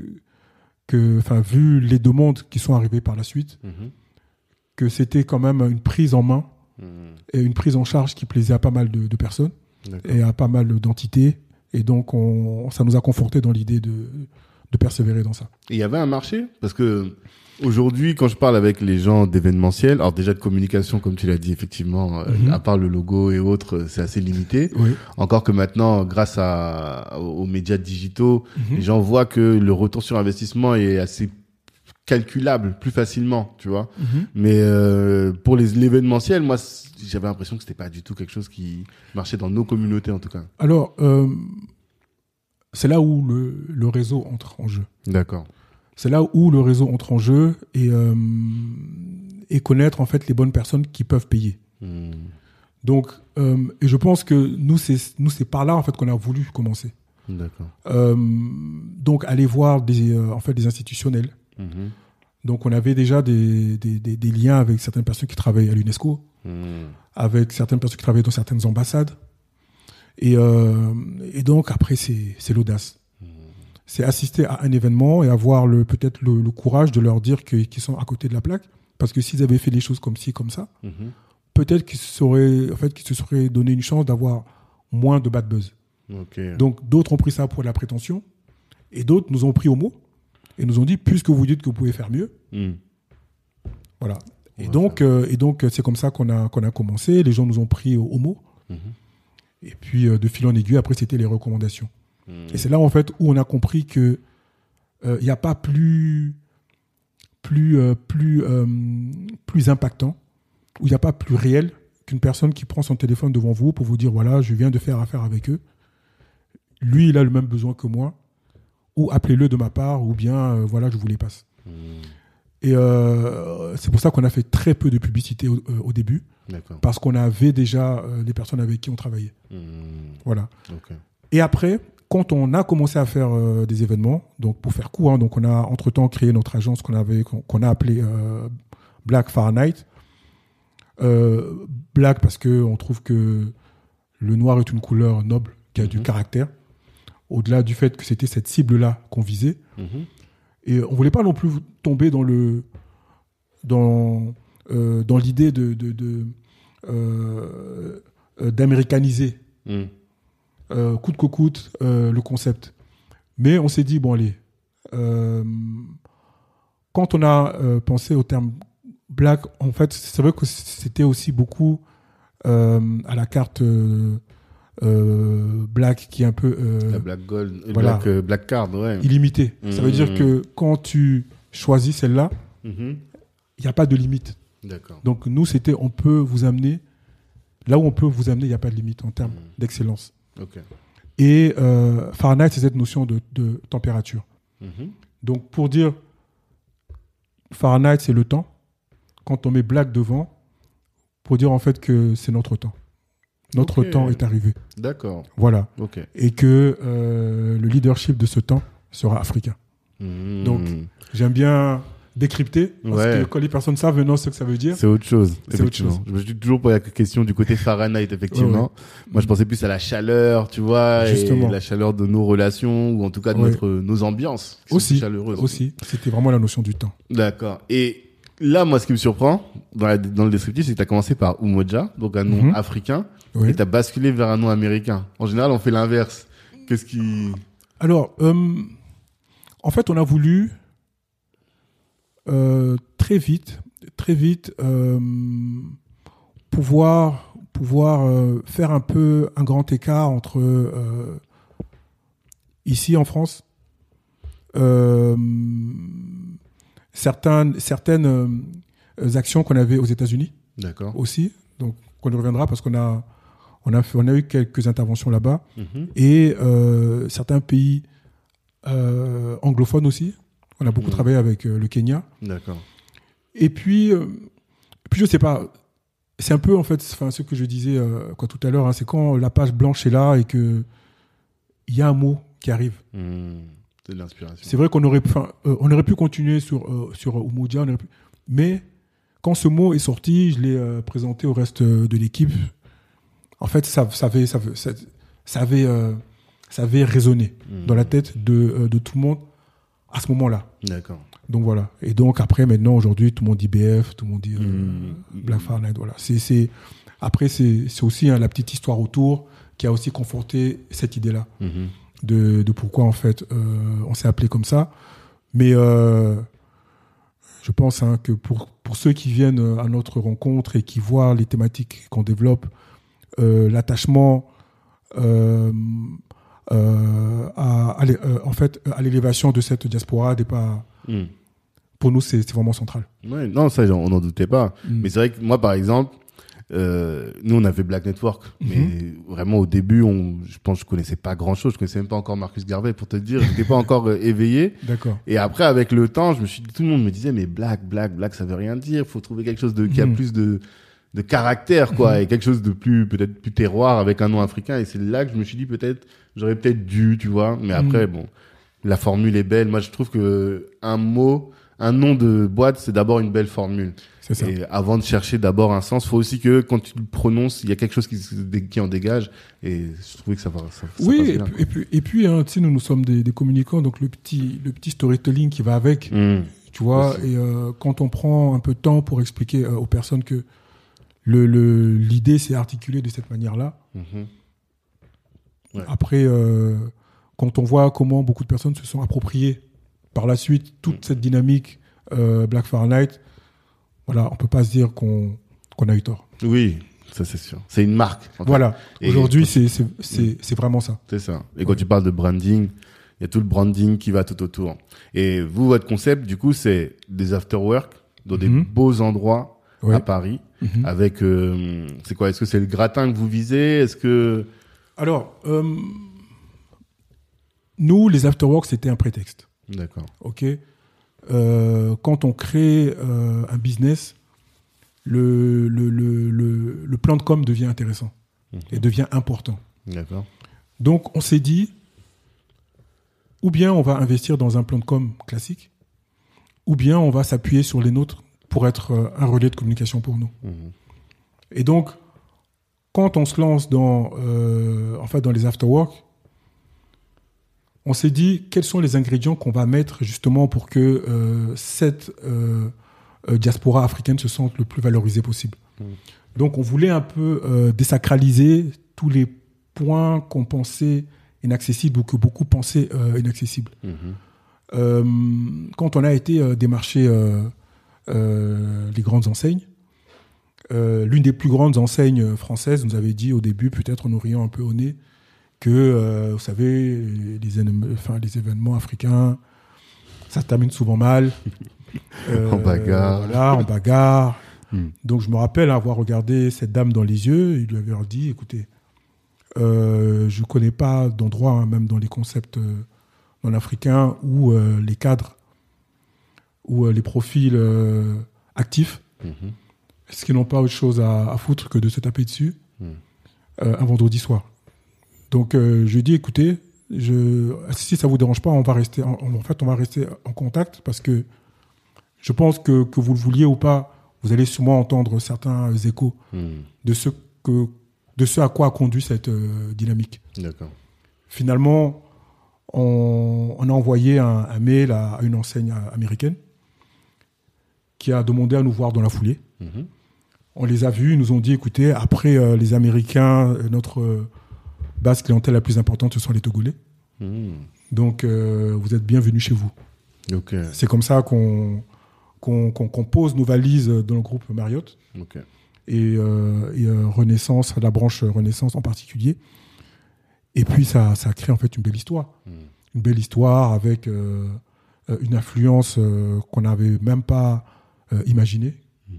vu les demandes qui sont arrivées par la suite, que c'était quand même une prise en main et une prise en charge qui plaisait à pas mal de personnes et à pas mal d'entités. Et donc, ça nous a conforté dans l'idée de persévérer dans ça. Et il y avait un marché ? Parce que aujourd'hui, quand je parle avec les gens d'événementiel, alors déjà de communication, comme tu l'as dit, effectivement, à part le logo et autres, c'est assez limité. Oui. Encore que maintenant, grâce aux médias digitaux, les gens voient que le retour sur investissement est assez calculable plus facilement, tu vois. Mais pour l'événementiel, moi, j'avais l'impression que c'était pas du tout quelque chose qui marchait dans nos communautés, en tout cas. Alors, c'est là où le réseau entre en jeu. D'accord. C'est là où le réseau entre en jeu et et connaître en fait les bonnes personnes qui peuvent payer. Donc, et je pense que nous c'est par là en fait qu'on a voulu commencer. D'accord. Donc aller voir des institutionnels. Donc on avait déjà des liens avec certaines personnes qui travaillent à l'UNESCO, avec certaines personnes qui travaillent dans certaines ambassades. Et donc après c'est l'audace. C'est assister à un événement et avoir peut-être le courage de leur dire qu'ils sont à côté de la plaque, parce que s'ils avaient fait les choses comme ci, comme ça, peut-être qu'ils se seraient donné une chance d'avoir moins de bad buzz. Okay. Donc d'autres ont pris ça pour la prétention et d'autres nous ont pris au mot et nous ont dit, puisque vous dites que vous pouvez faire mieux, voilà. Et donc c'est comme ça qu'on a commencé. Les gens nous ont pris au mot. Et puis de fil en aiguille, après c'était les recommandations. Et c'est là en fait où on a compris que il n'y a pas plus impactant, où il n'y a pas plus réel qu'une personne qui prend son téléphone devant vous pour vous dire voilà, je viens de faire affaire avec eux. Lui, il a le même besoin que moi, ou appelez-le de ma part, ou bien voilà, je vous les passe. Et c'est pour ça qu'on a fait très peu de publicité au début. D'accord. Parce qu'on avait déjà des personnes avec qui on travaillait. Voilà. Okay. Et après, quand on a commencé à faire des événements, donc pour faire court, donc on a entre-temps créé notre agence qu'on a appelée Black Fahrenheit. Black parce qu'on trouve que le noir est une couleur noble qui a du caractère, au-delà du fait que c'était cette cible-là qu'on visait. Et on voulait pas non plus tomber dans l'idée d'américaniser coûte que coûte le concept. Mais on s'est dit, bon allez, quand on a pensé au terme Black, en fait, c'est vrai que c'était aussi beaucoup à la carte Black qui est un peu... la Black Gold, voilà, Black Card, ouais. Illimité. Ça veut dire que quand tu choisis celle-là, il n'y a pas de limite. D'accord. Donc nous, c'était on peut vous amener, là où on peut vous amener, il n'y a pas de limite en termes d'excellence. Okay. Et Fahrenheit, c'est cette notion de température. Donc pour dire, Fahrenheit, c'est le temps. Quand on met Black devant, pour dire en fait que c'est notre temps. Notre temps est arrivé. D'accord. Voilà. Okay. Et que le leadership de ce temps sera africain. Donc, j'aime bien décrypter, parce que quand les personnes savent maintenant ce que ça veut dire. C'est autre chose. C'est autre chose. Je me suis toujours posé la question du côté Fahrenheit, effectivement. Moi, je pensais plus à la chaleur, tu vois, justement, et la chaleur de nos relations, ou en tout cas de nos ambiances. Aussi, chaleureuses. Aussi. C'était vraiment la notion du temps. D'accord. Et là, moi, ce qui me surprend dans le descriptif, c'est que tu as commencé par Umoja, donc un nom africain, et tu as basculé vers un nom américain. En général, on fait l'inverse. Qu'est-ce qui... Alors, en fait, on a voulu très vite pouvoir faire un peu un grand écart entre ici en France, certaines actions qu'on avait aux États-Unis. D'accord. Aussi, donc on y reviendra parce qu'on a eu quelques interventions là-bas, et certains pays anglophones aussi. On a beaucoup travaillé avec le Kenya. D'accord. Et puis je sais pas, c'est un peu en fait, ce que je disais tout à l'heure, hein, c'est quand la page blanche est là et que il y a un mot qui arrive. C'est de l'inspiration. C'est vrai qu'on aurait pu continuer sur Umoja, mais quand ce mot est sorti, je l'ai présenté au reste de l'équipe. En fait, ça avait résonné dans la tête de tout le monde à ce moment-là. D'accord. Donc voilà. Et donc après, maintenant, aujourd'hui, tout le monde dit BF, tout le monde dit Black Fahrenheit. Voilà. Après, c'est aussi la petite histoire autour qui a aussi conforté cette idée-là de pourquoi en fait on s'est appelé comme ça. Mais je pense que pour ceux qui viennent à notre rencontre et qui voient les thématiques qu'on développe, l'attachement à l'élévation de cette diaspora n'est pas... Pour nous, c'est vraiment central. Ouais, non, ça, on n'en doutait pas. Mais c'est vrai que moi, par exemple, nous on avait Black Network, mais vraiment au début, je pense que je connaissais pas grand chose, je connaissais même pas encore Marcus Garvey pour te dire, j'étais pas encore éveillé. D'accord. Et après avec le temps, je me suis dit, tout le monde me disait mais Black ça veut rien dire, faut trouver quelque chose qui a plus de caractère quoi, et quelque chose de peut-être plus terroir avec un nom africain. Et c'est là que je me suis dit j'aurais peut-être dû, tu vois. Mais après bon, la formule est belle. Moi je trouve que un nom de boîte, c'est d'abord une belle formule. C'est ça. Et avant de chercher d'abord un sens, faut aussi que quand tu le prononces, il y a quelque chose qui en dégage. Et je trouvais que ça oui, passe bien, et puis hein, tu sais, nous sommes des communicants, donc le petit storytelling qui va avec, tu vois. Et quand on prend un peu de temps pour expliquer aux personnes que l'idée c'est articulé de cette manière-là. Ouais. Après, quand on voit comment beaucoup de personnes se sont appropriées par la suite toute cette dynamique Black Fahrenheit, voilà, on peut pas se dire qu'on a eu tort. Oui, ça c'est sûr. C'est une marque. Voilà. Aujourd'hui, c'est vraiment ça. C'est ça. Et quand tu parles de branding, il y a tout le branding qui va tout autour. Et vous, votre concept, du coup, c'est des after-work dans des beaux endroits à Paris. Avec, c'est quoi? Est-ce que c'est le gratin que vous visez? Est-ce que... Alors, nous, les after-work, c'était un prétexte. D'accord. Ok. Quand on crée un business, le plan de com devient intéressant et devient important. D'accord. Donc, on s'est dit, ou bien on va investir dans un plan de com classique, ou bien on va s'appuyer sur les nôtres pour être un relais de communication pour nous. Et donc, quand on se lance dans les after-work, on s'est dit quels sont les ingrédients qu'on va mettre justement pour que cette diaspora africaine se sente le plus valorisée possible. Donc on voulait un peu désacraliser tous les points qu'on pensait inaccessibles ou que beaucoup pensaient inaccessibles. Quand on a été démarcher les grandes enseignes, l'une des plus grandes enseignes françaises nous avait dit au début, peut-être en nous riant un peu au nez, que, vous savez, les événements africains, ça se termine souvent mal. En bagarre. Voilà, en bagarre. Donc, je me rappelle avoir regardé cette dame dans les yeux et lui avoir dit, écoutez, je ne connais pas d'endroit, hein, même dans les concepts non africains, où les cadres, où les profils actifs, est-ce qu'ils n'ont pas autre chose à foutre que de se taper dessus un vendredi soir. Donc, je lui ai dit, écoutez, si ça ne vous dérange pas, on va rester en contact parce que je pense que vous le vouliez ou pas, vous allez sûrement entendre certains échos de ce à quoi a conduit cette dynamique. D'accord. Finalement, on a envoyé un mail à une enseigne américaine qui a demandé à nous voir dans la foulée. On les a vus, ils nous ont dit, écoutez, après les Américains, notre base clientèle la plus importante, ce sont les Togolais. Donc, vous êtes bienvenus chez vous. Okay. C'est comme ça qu'on pose nos valises dans le groupe Marriott. Okay. Et Renaissance, la branche Renaissance en particulier. Et puis, ça a créé en fait une belle histoire. Une belle histoire avec une influence qu'on n'avait même pas imaginée.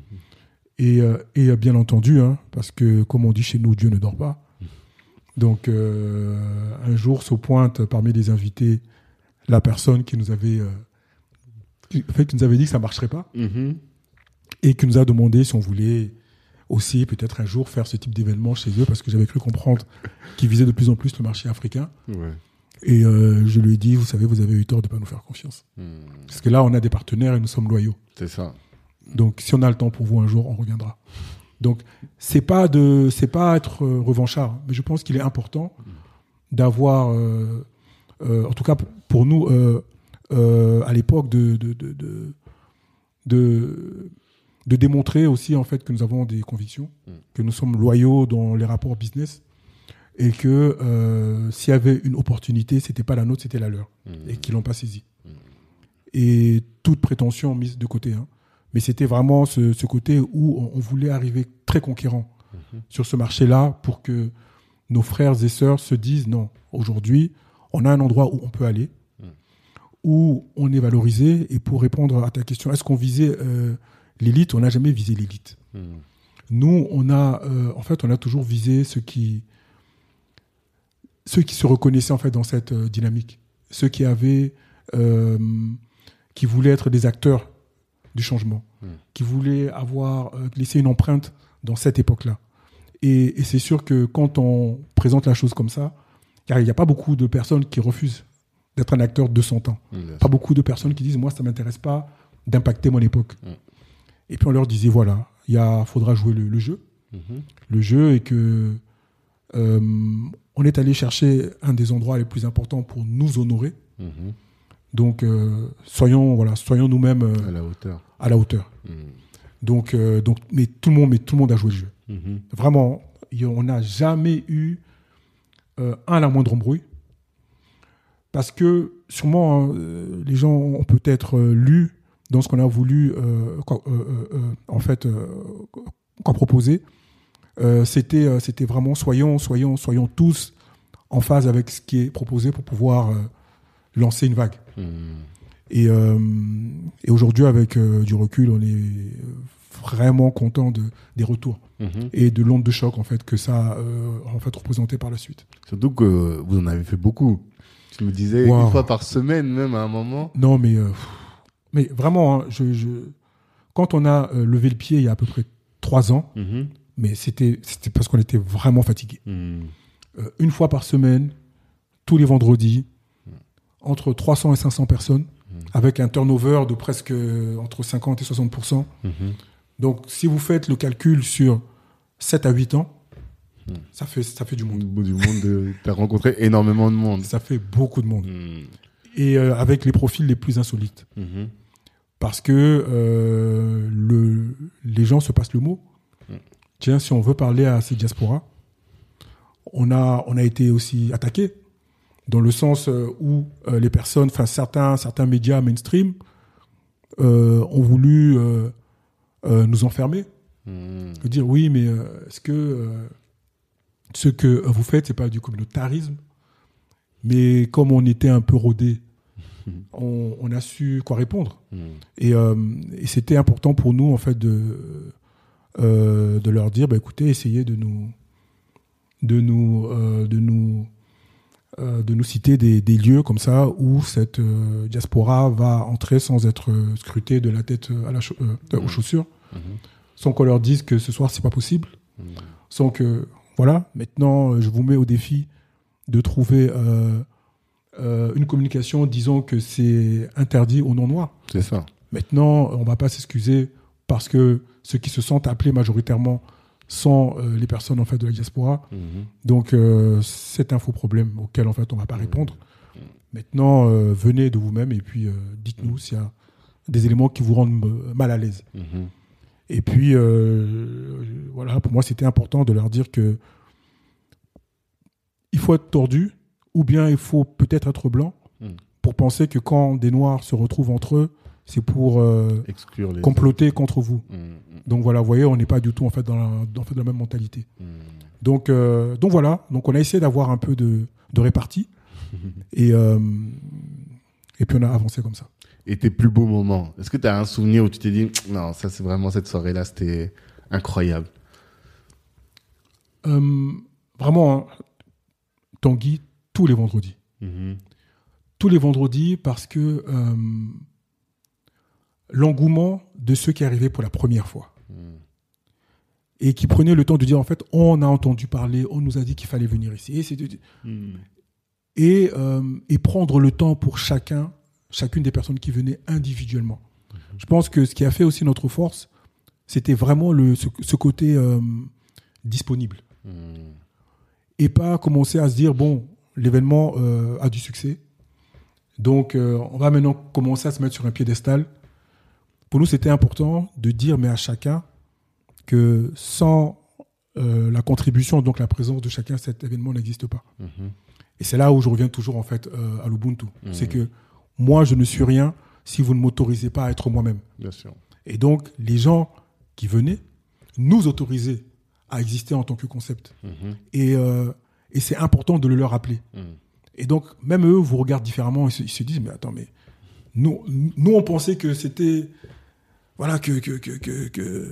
Et bien entendu, hein, parce que, comme on dit chez nous, Dieu ne dort pas. Donc, un jour se pointe parmi les invités la personne qui nous avait, qui nous avait dit que ça ne marcherait pas et qui nous a demandé si on voulait aussi peut-être un jour faire ce type d'événement chez eux parce que j'avais cru comprendre qu'ils visaient de plus en plus le marché africain. Ouais. Et je lui ai dit, vous savez, vous avez eu tort de ne pas nous faire confiance. Parce que là, on a des partenaires et nous sommes loyaux. C'est ça. Donc, si on a le temps pour vous un jour, on reviendra. Donc, c'est pas être revanchard, mais je pense qu'il est important d'avoir, en tout cas pour nous, à l'époque, de démontrer aussi en fait que nous avons des convictions, que nous sommes loyaux dans les rapports business, et que s'il y avait une opportunité, c'était pas la nôtre, c'était la leur, et qu'ils l'ont pas saisie. Et toute prétention mise de côté, hein. Mais c'était vraiment ce côté où on voulait arriver très conquérant sur ce marché-là pour que nos frères et sœurs se disent non, aujourd'hui, on a un endroit où on peut aller, où on est valorisé. Et pour répondre à ta question, est-ce qu'on visait l'élite ? On n'a jamais visé l'élite. Nous, on a toujours visé ceux qui se reconnaissaient en fait dans cette dynamique, ceux qui voulaient être des acteurs du changement, qui voulaient avoir laissé une empreinte dans cette époque-là. Et c'est sûr que quand on présente la chose comme ça, il n'y a pas beaucoup de personnes qui refusent d'être un acteur de son temps. Pas beaucoup de personnes qui disent « moi, ça ne m'intéresse pas d'impacter mon époque ». Et puis on leur disait « voilà, faudra jouer le jeu ». Le jeu est que on est allé chercher un des endroits les plus importants pour nous honorer. Donc soyons nous-mêmes à la hauteur. Donc mais tout le monde a joué le jeu. Vraiment, on n'a jamais eu la moindre embrouille. Parce que sûrement les gens ont peut-être lu dans ce qu'on a voulu proposer. C'était vraiment soyons tous en phase avec ce qui est proposé pour pouvoir lancer une vague. Et aujourd'hui, avec du recul, on est vraiment content des retours et de l'onde de choc en fait que ça a représenté par la suite. Surtout que vous en avez fait beaucoup. Tu me disais une fois par semaine même à un moment. Non mais vraiment, quand on a levé le pied il y a à peu près 3 ans, mais c'était parce qu'on était vraiment fatigué. Une fois par semaine, tous les vendredis, entre 300 et 500 personnes, avec un turnover de presque entre 50 et 60%. Donc, si vous faites le calcul sur 7 à 8 ans, ça fait du monde. Tu as rencontré énormément de monde. Ça fait beaucoup de monde. Et avec les profils les plus insolites. Parce que les gens se passent le mot. Tiens, si on veut parler à ces diasporas, on a été aussi attaqué dans le sens où les personnes, certains médias mainstream ont voulu nous enfermer. Dire oui, mais est-ce que ce que vous faites, c'est pas du communautarisme? Mais comme on était un peu rodé, on a su quoi répondre. Et c'était important pour nous en fait de leur dire, écoutez, essayez de nous citer des lieux comme ça où cette diaspora va entrer sans être scrutée de la tête aux chaussures, sans qu'on leur dise que ce soir c'est pas possible, sans que voilà. Maintenant, je vous mets au défi de trouver une communication disant que c'est interdit au non-noir. C'est ça. Maintenant, on va pas s'excuser parce que ceux qui se sentent appelés majoritairement sont les personnes en fait de la diaspora. Donc c'est un faux problème auquel en fait on va pas répondre. Maintenant, venez de vous-même et puis dites-nous s'il y a des éléments qui vous rendent mal à l'aise. Et puis voilà, pour moi c'était important de leur dire que il faut être tordu ou bien il faut peut-être être blanc pour penser que quand des noirs se retrouvent entre eux, c'est pour comploter contre vous. Donc voilà, vous voyez, on n'est pas du tout en fait dans la même mentalité. Donc voilà, donc on a essayé d'avoir un peu de répartie et puis on a avancé comme ça. Et tes plus beaux moments, est-ce que tu as un souvenir où tu t'es dit non, ça c'est vraiment cette soirée-là, c'était incroyable? Vraiment, Tanguy, tous les vendredis. Tous les vendredis parce que l'engouement de ceux qui arrivaient pour la première fois et qui prenaient le temps de dire en fait on a entendu parler, on nous a dit qu'il fallait venir ici et prendre le temps pour chacune des personnes qui venaient individuellement. Je pense que ce qui a fait aussi notre force, c'était vraiment ce côté disponible et pas commencer à se dire bon, l'événement a du succès, donc on va maintenant commencer à se mettre sur un piédestal. Pour nous, c'était important de dire, mais à chacun, que sans la contribution, donc la présence de chacun, cet événement n'existe pas. Et c'est là où je reviens toujours en fait à l'Ubuntu. C'est que moi, je ne suis rien si vous ne m'autorisez pas à être moi-même. Bien sûr. Et donc, les gens qui venaient nous autorisaient à exister en tant que concept. Et c'est important de le leur rappeler. Et donc, même eux vous regardent différemment. Ils se disent, mais attends, mais nous on pensait que c'était... Voilà,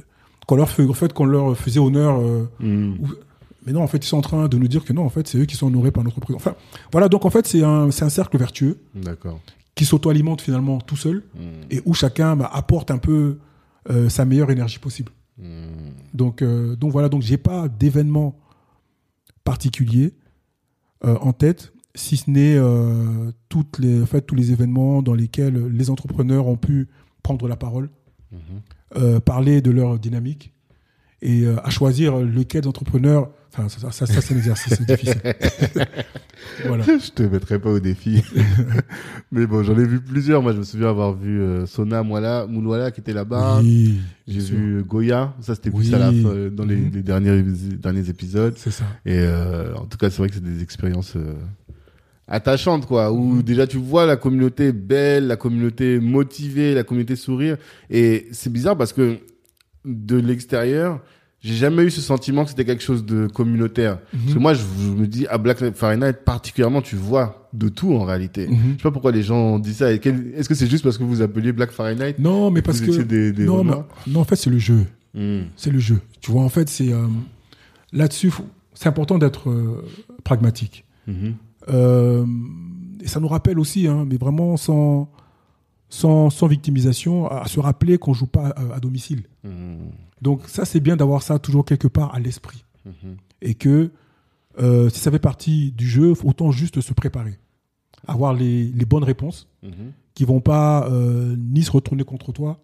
qu'on leur faisait honneur. Mais non, en fait, ils sont en train de nous dire que non, en fait, c'est eux qui sont honorés par notre président. Enfin, voilà, donc en fait, c'est un cercle vertueux. D'accord. Qui s'auto-alimente finalement tout seul et où chacun apporte un peu sa meilleure énergie possible. Donc voilà, donc j'ai pas d'événement particulier en tête, si ce n'est tous les événements dans lesquels les entrepreneurs ont pu prendre la parole, parler de leur dynamique et à choisir lequel entrepreneur. Enfin, ça c'est un exercice difficile. Voilà. Je te mettrai pas au défi. Mais bon, j'en ai vu plusieurs. Moi, je me souviens avoir vu Sona Moulouala qui était là-bas. Oui, j'ai vu Goya. Ça, c'était plus à la fin, dans les derniers épisodes. C'est ça. Et en tout cas, c'est vrai que c'est des expériences attachantes, quoi. Où déjà, tu vois la communauté belle, la communauté motivée, la communauté sourire. Et c'est bizarre parce que de l'extérieur, j'ai jamais eu ce sentiment que c'était quelque chose de communautaire. Parce que moi, je me dis, à Black Fahrenheit, particulièrement, tu vois de tout, en réalité. Je sais pas pourquoi les gens disent ça. Est-ce que c'est juste parce que vous appeliez Black Fahrenheit? Non, mais parce que, non, en fait, c'est le jeu. C'est le jeu. Tu vois, en fait, c'est, là-dessus, c'est important d'être pragmatique. Et ça nous rappelle aussi, mais vraiment sans victimisation, à se rappeler qu'on joue pas à domicile. Donc ça, c'est bien d'avoir ça toujours quelque part à l'esprit. Et que si ça fait partie du jeu, autant juste se préparer. Avoir les bonnes réponses qui vont pas ni se retourner contre toi,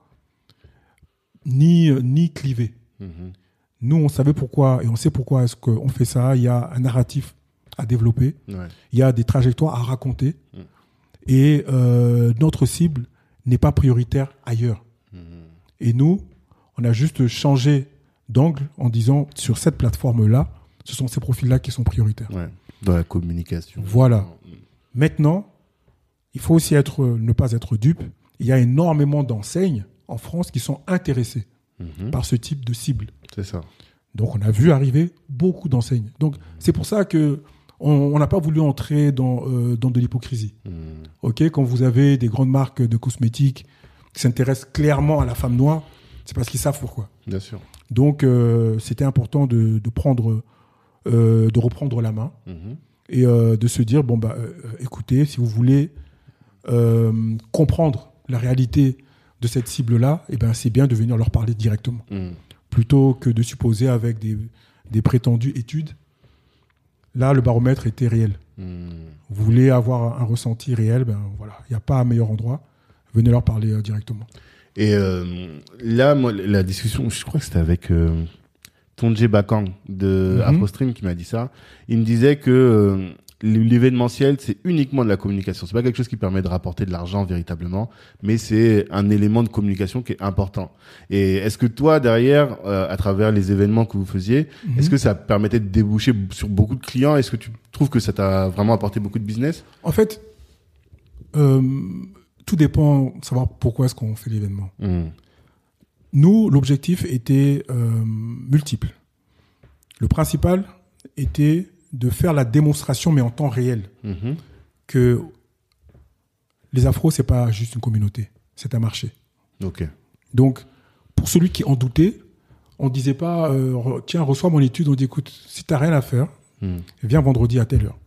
ni cliver. Nous, on savait pourquoi et on sait pourquoi est-ce qu'on fait ça. Il y a un narratif à développer. Il y a des trajectoires à raconter. Et notre cible n'est pas prioritaire ailleurs. Et nous, on a juste changé d'angle en disant, sur cette plateforme-là, ce sont ces profils-là qui sont prioritaires. Ouais, dans la communication. Voilà. Maintenant, il faut aussi ne pas être dupe. Il y a énormément d'enseignes en France qui sont intéressées par ce type de cible. C'est ça. Donc, on a vu arriver beaucoup d'enseignes. Donc, c'est pour ça que on n'a pas voulu entrer dans de l'hypocrisie. Ok, quand vous avez des grandes marques de cosmétiques qui s'intéressent clairement à la femme noire, c'est parce qu'ils savent pourquoi. Bien sûr. Donc, c'était important de reprendre la main et de se dire, écoutez, si vous voulez comprendre la réalité de cette cible-là, c'est bien de venir leur parler directement. Plutôt que de supposer avec des prétendues études. Là, le baromètre était réel. Vous voulez avoir un ressenti réel, voilà, il n'y a pas un meilleur endroit. Venez leur parler directement. Et là, moi, la discussion, je crois que c'était avec Tonje Bakang de AfroStream qui m'a dit ça. Il me disait que l'événementiel, c'est uniquement de la communication. C'est pas quelque chose qui permet de rapporter de l'argent véritablement, mais c'est un élément de communication qui est important. Et est-ce que toi, derrière, à travers les événements que vous faisiez, est-ce que ça permettait de déboucher sur beaucoup de clients? Est-ce que tu trouves que ça t'a vraiment apporté beaucoup de business? En fait, tout dépend de savoir pourquoi est-ce qu'on fait l'événement. Nous, l'objectif était multiple. Le principal était de faire la démonstration, mais en temps réel, que les Afros, c'est pas juste une communauté, c'est un marché. Ok. Donc, pour celui qui en doutait, on disait pas, tiens, reçois mon étude, on dit, écoute, si t'as rien à faire, viens vendredi à telle heure.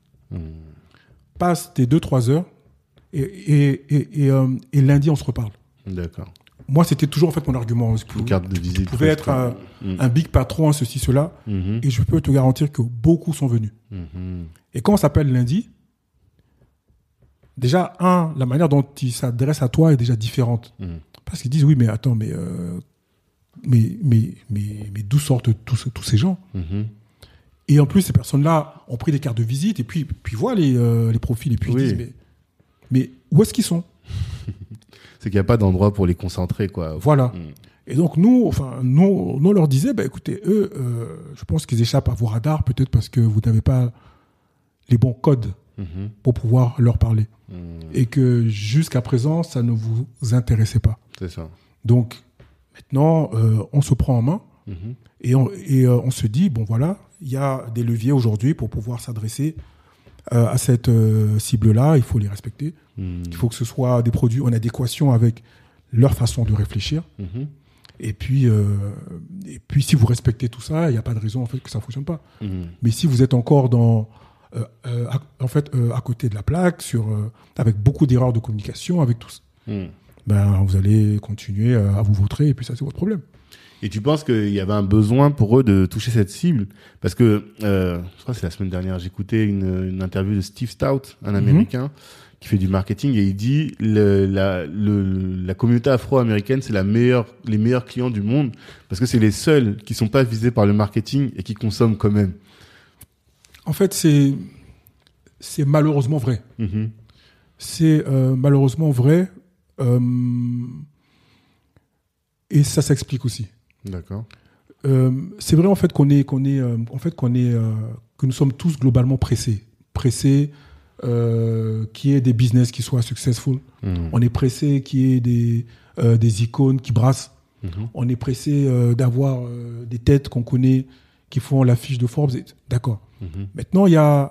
Passe tes 2-3 heures, et lundi, on se reparle. D'accord. Moi, c'était toujours en fait mon argument. Une carte de visite. Tu pouvais être un big patron, ceci, cela, et je peux te garantir que beaucoup sont venus. Et quand on s'appelle lundi, déjà, la manière dont ils s'adressent à toi est déjà différente. Parce qu'ils disent, oui, mais attends, mais d'où sortent tous ces gens? Et en plus, ces personnes-là ont pris des cartes de visite, et puis voient les profils, et puis ils disent, mais où est-ce qu'ils sont? C'est qu'il n'y a pas d'endroit pour les concentrer, quoi. Voilà. Et donc, nous, on leur disait, écoutez, eux, je pense qu'ils échappent à vos radars, peut-être parce que vous n'avez pas les bons codes pour pouvoir leur parler. Et que jusqu'à présent, ça ne vous intéressait pas. C'est ça. Donc, maintenant, on se prend en main et on se dit, bon, voilà, il y a des leviers aujourd'hui pour pouvoir s'adresser à cette cible-là, il faut les respecter. Il faut que ce soit des produits en adéquation avec leur façon de réfléchir. Et puis, si vous respectez tout ça, il n'y a pas de raison en fait que ça ne fonctionne pas. Mais si vous êtes encore à côté de la plaque, avec beaucoup d'erreurs de communication, avec tout ça, vous allez continuer à vous vautrer et puis ça, c'est votre problème. Et tu penses qu'il y avait un besoin pour eux de toucher cette cible? Parce que, je crois que c'est la semaine dernière, j'écoutais une interview de Steve Stout, un Américain, qui fait du marketing, et il dit la communauté afro-américaine, c'est les meilleurs clients du monde, parce que c'est les seuls qui sont pas visés par le marketing et qui consomment quand même. En fait, c'est malheureusement vrai. C'est malheureusement vrai. Et ça s'explique aussi. D'accord. C'est vrai en fait que nous sommes tous globalement pressés, qu'il y ait des business qui soient successful. On est pressé qu'il y ait des icônes qui brassent. On est pressé d'avoir des têtes qu'on connaît qui font l'affiche de Forbes. D'accord. Maintenant, il y a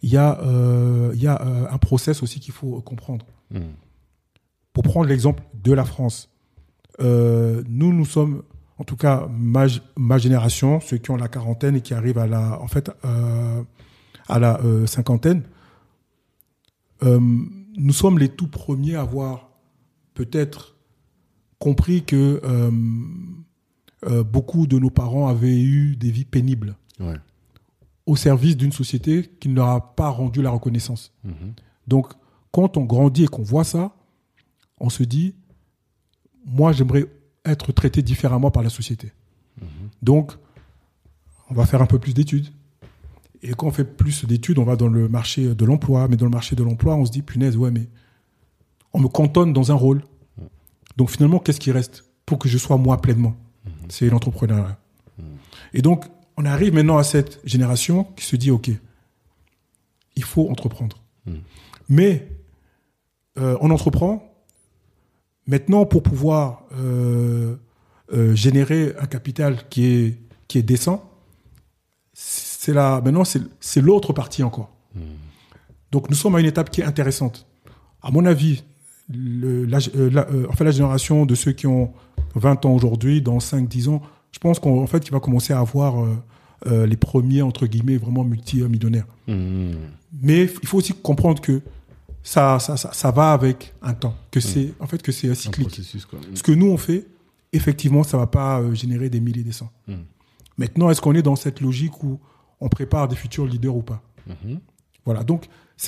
un process aussi qu'il faut comprendre. Pour prendre l'exemple de la France, nous sommes, en tout cas ma génération, ceux qui ont la quarantaine et qui arrivent à la cinquantaine, nous sommes les tout premiers à avoir peut-être compris que beaucoup de nos parents avaient eu des vies pénibles au service d'une société qui ne leur a pas rendu la reconnaissance. Donc, quand on grandit et qu'on voit ça, on se dit, moi, j'aimerais être traité différemment par la société. Donc, on va faire un peu plus d'études. Et quand on fait plus d'études, on va dans le marché de l'emploi. Mais dans le marché de l'emploi, on se dit, punaise, mais on me cantonne dans un rôle. Donc, finalement, qu'est-ce qui reste pour que je sois moi pleinement? C'est l'entrepreneuriat. Et donc, on arrive maintenant à cette génération qui se dit, OK, il faut entreprendre. Mais on entreprend. Maintenant, pour pouvoir générer un capital qui est décent, maintenant, c'est l'autre partie encore. Donc, nous sommes à une étape qui est intéressante. À mon avis, la génération de ceux qui ont 20 ans aujourd'hui, dans 5-10 ans, je pense qu'en fait, il va commencer à avoir les premiers, entre guillemets, vraiment multimillionnaires. Mais il faut aussi comprendre que ça va avec un temps, que c'est cyclique. Ce que nous on fait, effectivement, ça va pas générer des milliers et des cents. Maintenant, est-ce qu'on est dans cette logique où on prépare des futurs leaders ou pas? Voilà. Donc,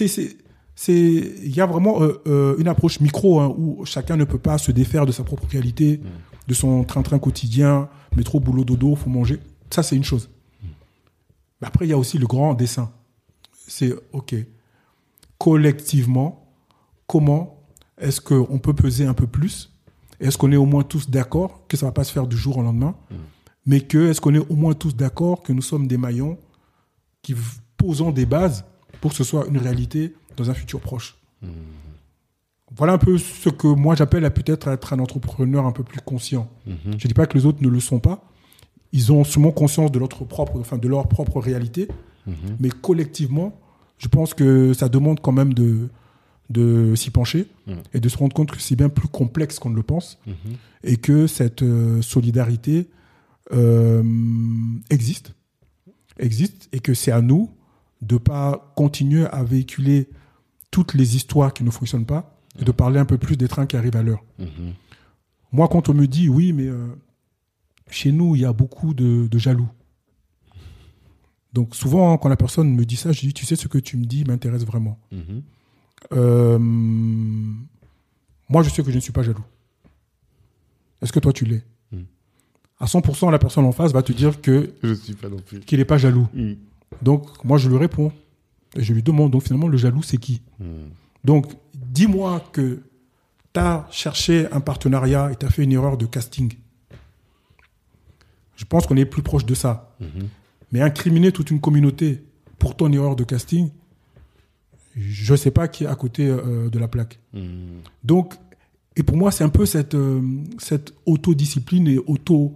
il y a vraiment une approche micro où chacun ne peut pas se défaire de sa propre réalité, de son train-train quotidien, métro, boulot, dodo, faut manger. Ça, c'est une chose. Mais après, il y a aussi le grand dessin. C'est OK. Collectivement, comment est-ce qu'on peut peser un peu plus? Est-ce qu'on est au moins tous d'accord que ça ne va pas se faire du jour au lendemain? Mais est-ce qu'on est au moins tous d'accord que nous sommes des maillons qui posons des bases pour que ce soit une réalité dans un futur proche? Voilà un peu ce que moi j'appelle peut-être être un entrepreneur un peu plus conscient. Je ne dis pas que les autres ne le sont pas. Ils ont sûrement conscience de leur propre réalité. Mais collectivement, je pense que ça demande quand même de s'y pencher et de se rendre compte que c'est bien plus complexe qu'on ne le pense et que cette solidarité existe et que c'est à nous de ne pas continuer à véhiculer toutes les histoires qui ne fonctionnent pas et de parler un peu plus des trains qui arrivent à l'heure. Moi, quand on me dit, oui, mais chez nous, il y a beaucoup de jaloux. Donc souvent, quand la personne me dit ça, je dis, tu sais, ce que tu me dis m'intéresse vraiment. Moi, je sais que je ne suis pas jaloux. Est-ce que toi, tu l'es? À 100%, la personne en face va te dire que je suis pas non plus. Qu'il n'est pas jaloux. Donc, moi, je lui réponds. Et je lui demande, donc finalement, le jaloux, c'est qui? Donc, dis-moi que tu as cherché un partenariat et tu as fait une erreur de casting. Je pense qu'on est plus proche de ça. Mais incriminer toute une communauté pour ton erreur de casting, je ne sais pas qui est à côté de la plaque. Donc, et pour moi, c'est un peu cette autodiscipline et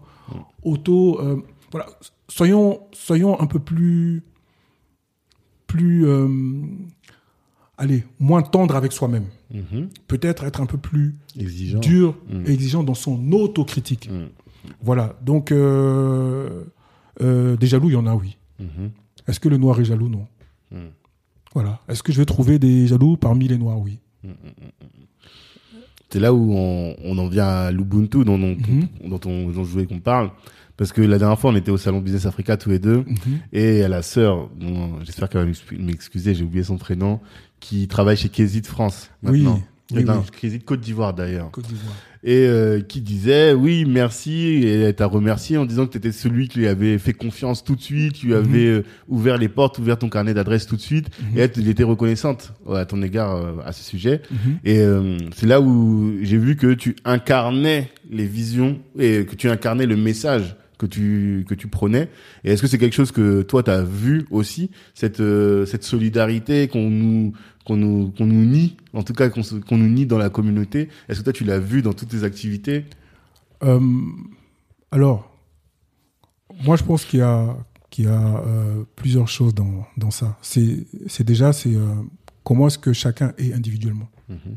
voilà. Soyons un peu plus moins tendre avec soi-même. Peut-être être un peu plus dur et exigeant dans son autocritique. Voilà. Donc, des jaloux, il y en a, oui. Est-ce que le noir est jaloux? Non. Voilà. Est-ce que je vais trouver des jaloux parmi les noirs? Oui. C'est là où on en vient à l'Ubuntu dont je voulais qu'on parle. Parce que la dernière fois, on était au Salon Business Africa tous les deux. Et à la sœur, j'espère qu'elle va m'excuser, j'ai oublié son prénom, qui travaille chez Kézit France maintenant. Oui. Kézit Côte d'Ivoire d'ailleurs. Côte d'Ivoire. Et qui disait oui merci, et elle t'a remercié en disant que tu étais celui qui lui avait fait confiance tout de suite, tu lui avais ouvert les portes, ouvert ton carnet d'adresses tout de suite, et elle était reconnaissante à ton égard à ce sujet. Et c'est là où j'ai vu que tu incarnais les visions et que tu incarnais le message que tu prenais. Et est-ce que c'est quelque chose que toi t'as vu aussi, cette solidarité qu'on nous nie, en tout cas qu'on nous nie dans la communauté? Est-ce que toi tu l'as vu dans toutes tes activités? Alors, moi je pense qu'il y a plusieurs choses dans ça. C'est comment est-ce que chacun est individuellement.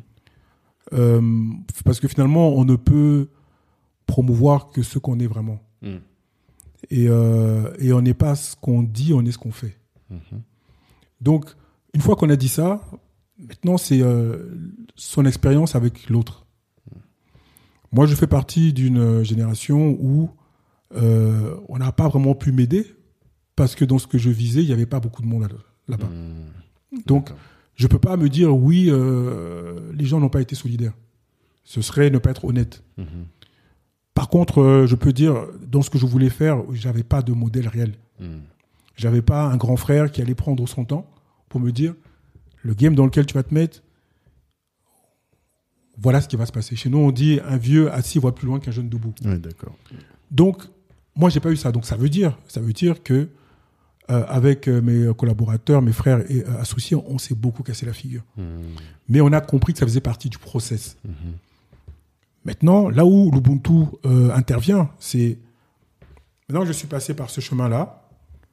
Parce que finalement on ne peut promouvoir que ce qu'on est vraiment. Et on n'est pas ce qu'on dit, on est ce qu'on fait. Donc, une fois qu'on a dit ça, maintenant, c'est son expérience avec l'autre. Moi, je fais partie d'une génération où on n'a pas vraiment pu m'aider parce que dans ce que je visais, il n'y avait pas beaucoup de monde là-bas. Donc, je ne peux pas me dire, oui, les gens n'ont pas été solidaires. Ce serait ne pas être honnête. Par contre, je peux dire, dans ce que je voulais faire, j'avais pas de modèle réel. J'avais pas un grand frère qui allait prendre son temps pour me dire, le game dans lequel tu vas te mettre, voilà ce qui va se passer. Chez nous, on dit, un vieux assis voit plus loin qu'un jeune debout. Oui, d'accord. Donc, moi, j'ai pas eu ça. Donc, ça veut dire que avec mes collaborateurs, mes frères et associés, on s'est beaucoup cassé la figure. Mais on a compris que ça faisait partie du process. Maintenant, là où l'Ubuntu intervient, c'est... Maintenant, je suis passé par ce chemin-là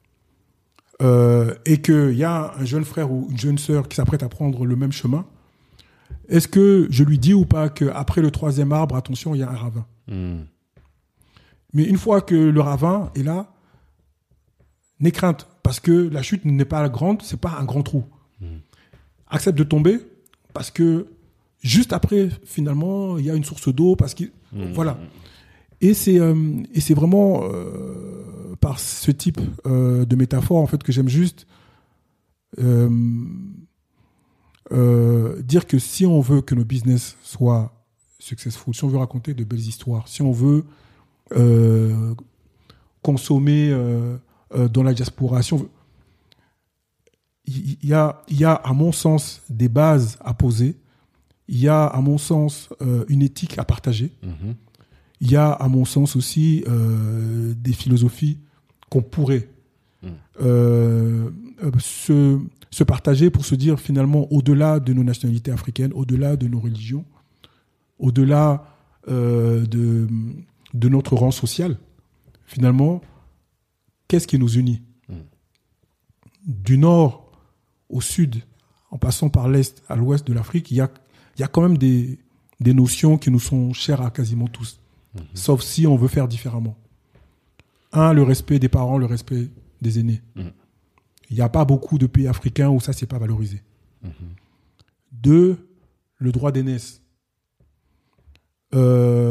et qu'il y a un jeune frère ou une jeune sœur qui s'apprête à prendre le même chemin. Est-ce que je lui dis ou pas qu'après le 3e arbre, attention, il y a un ravin. Mais une fois que le ravin est là, n'aie crainte, parce que la chute n'est pas grande, c'est pas un grand trou. Accepte de tomber, parce que juste après, finalement, il y a une source d'eau, parce que voilà. Et c'est vraiment par ce type de métaphore en fait que j'aime juste dire que si on veut que nos business soient successful, si on veut raconter de belles histoires, si on veut consommer dans la diaspora, si on veut, il y a à mon sens des bases à poser. Il y a, à mon sens, une éthique à partager. Il y a, à mon sens aussi, des philosophies qu'on pourrait se partager pour se dire, finalement, au-delà de nos nationalités africaines, au-delà de nos religions, au-delà de notre rang social, finalement, qu'est-ce qui nous unit? Du nord au sud, en passant par l'est à l'ouest de l'Afrique, il y a quand même des notions qui nous sont chères à quasiment tous. Sauf si on veut faire différemment. 1, le respect des parents, le respect des aînés. Il n'y a pas beaucoup de pays africains où ça, c'est pas valorisé. 2, le droit d'aînesse. On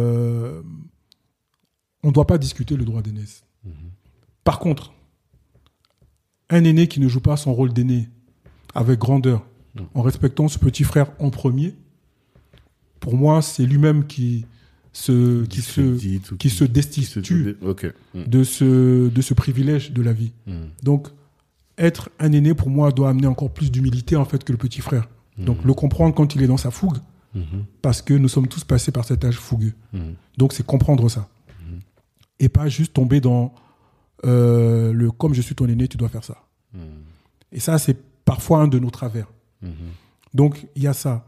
ne doit pas discuter le droit d'aînesse. Par contre, un aîné qui ne joue pas son rôle d'aîné avec grandeur, en respectant ce petit frère en premier, pour moi, c'est lui-même qui se destitue de ce privilège de la vie. Donc, être un aîné, pour moi, doit amener encore plus d'humilité en fait que le petit frère. Donc, le comprendre quand il est dans sa fougue, parce que nous sommes tous passés par cet âge fougueux. Donc, c'est comprendre ça. Et pas juste tomber dans le « comme je suis ton aîné, tu dois faire ça ». Et ça, c'est parfois un de nos travers. Donc, il y a ça.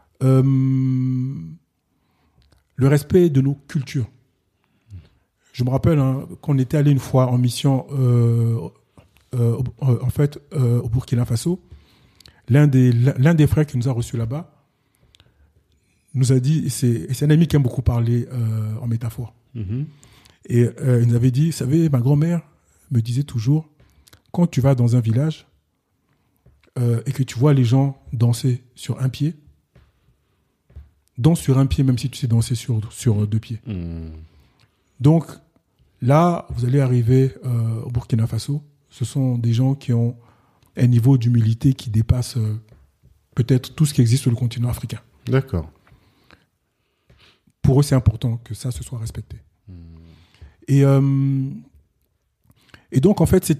Le respect de nos cultures. Je me rappelle qu'on était allé une fois en mission au Burkina Faso. L'un des frères qui nous a reçus là-bas nous a dit, c'est un ami qui aime beaucoup parler en métaphore. Et il nous avait dit, vous savez, ma grand-mère me disait toujours, quand tu vas dans un village et que tu vois les gens danser sur un pied, danse sur un pied même si tu sais danser sur 2 pieds. Donc là, vous allez arriver au Burkina Faso. Ce sont des gens qui ont un niveau d'humilité qui dépasse peut-être tout ce qui existe sur le continent africain. D'accord. Pour eux, c'est important que ça se soit respecté. Et donc, en fait,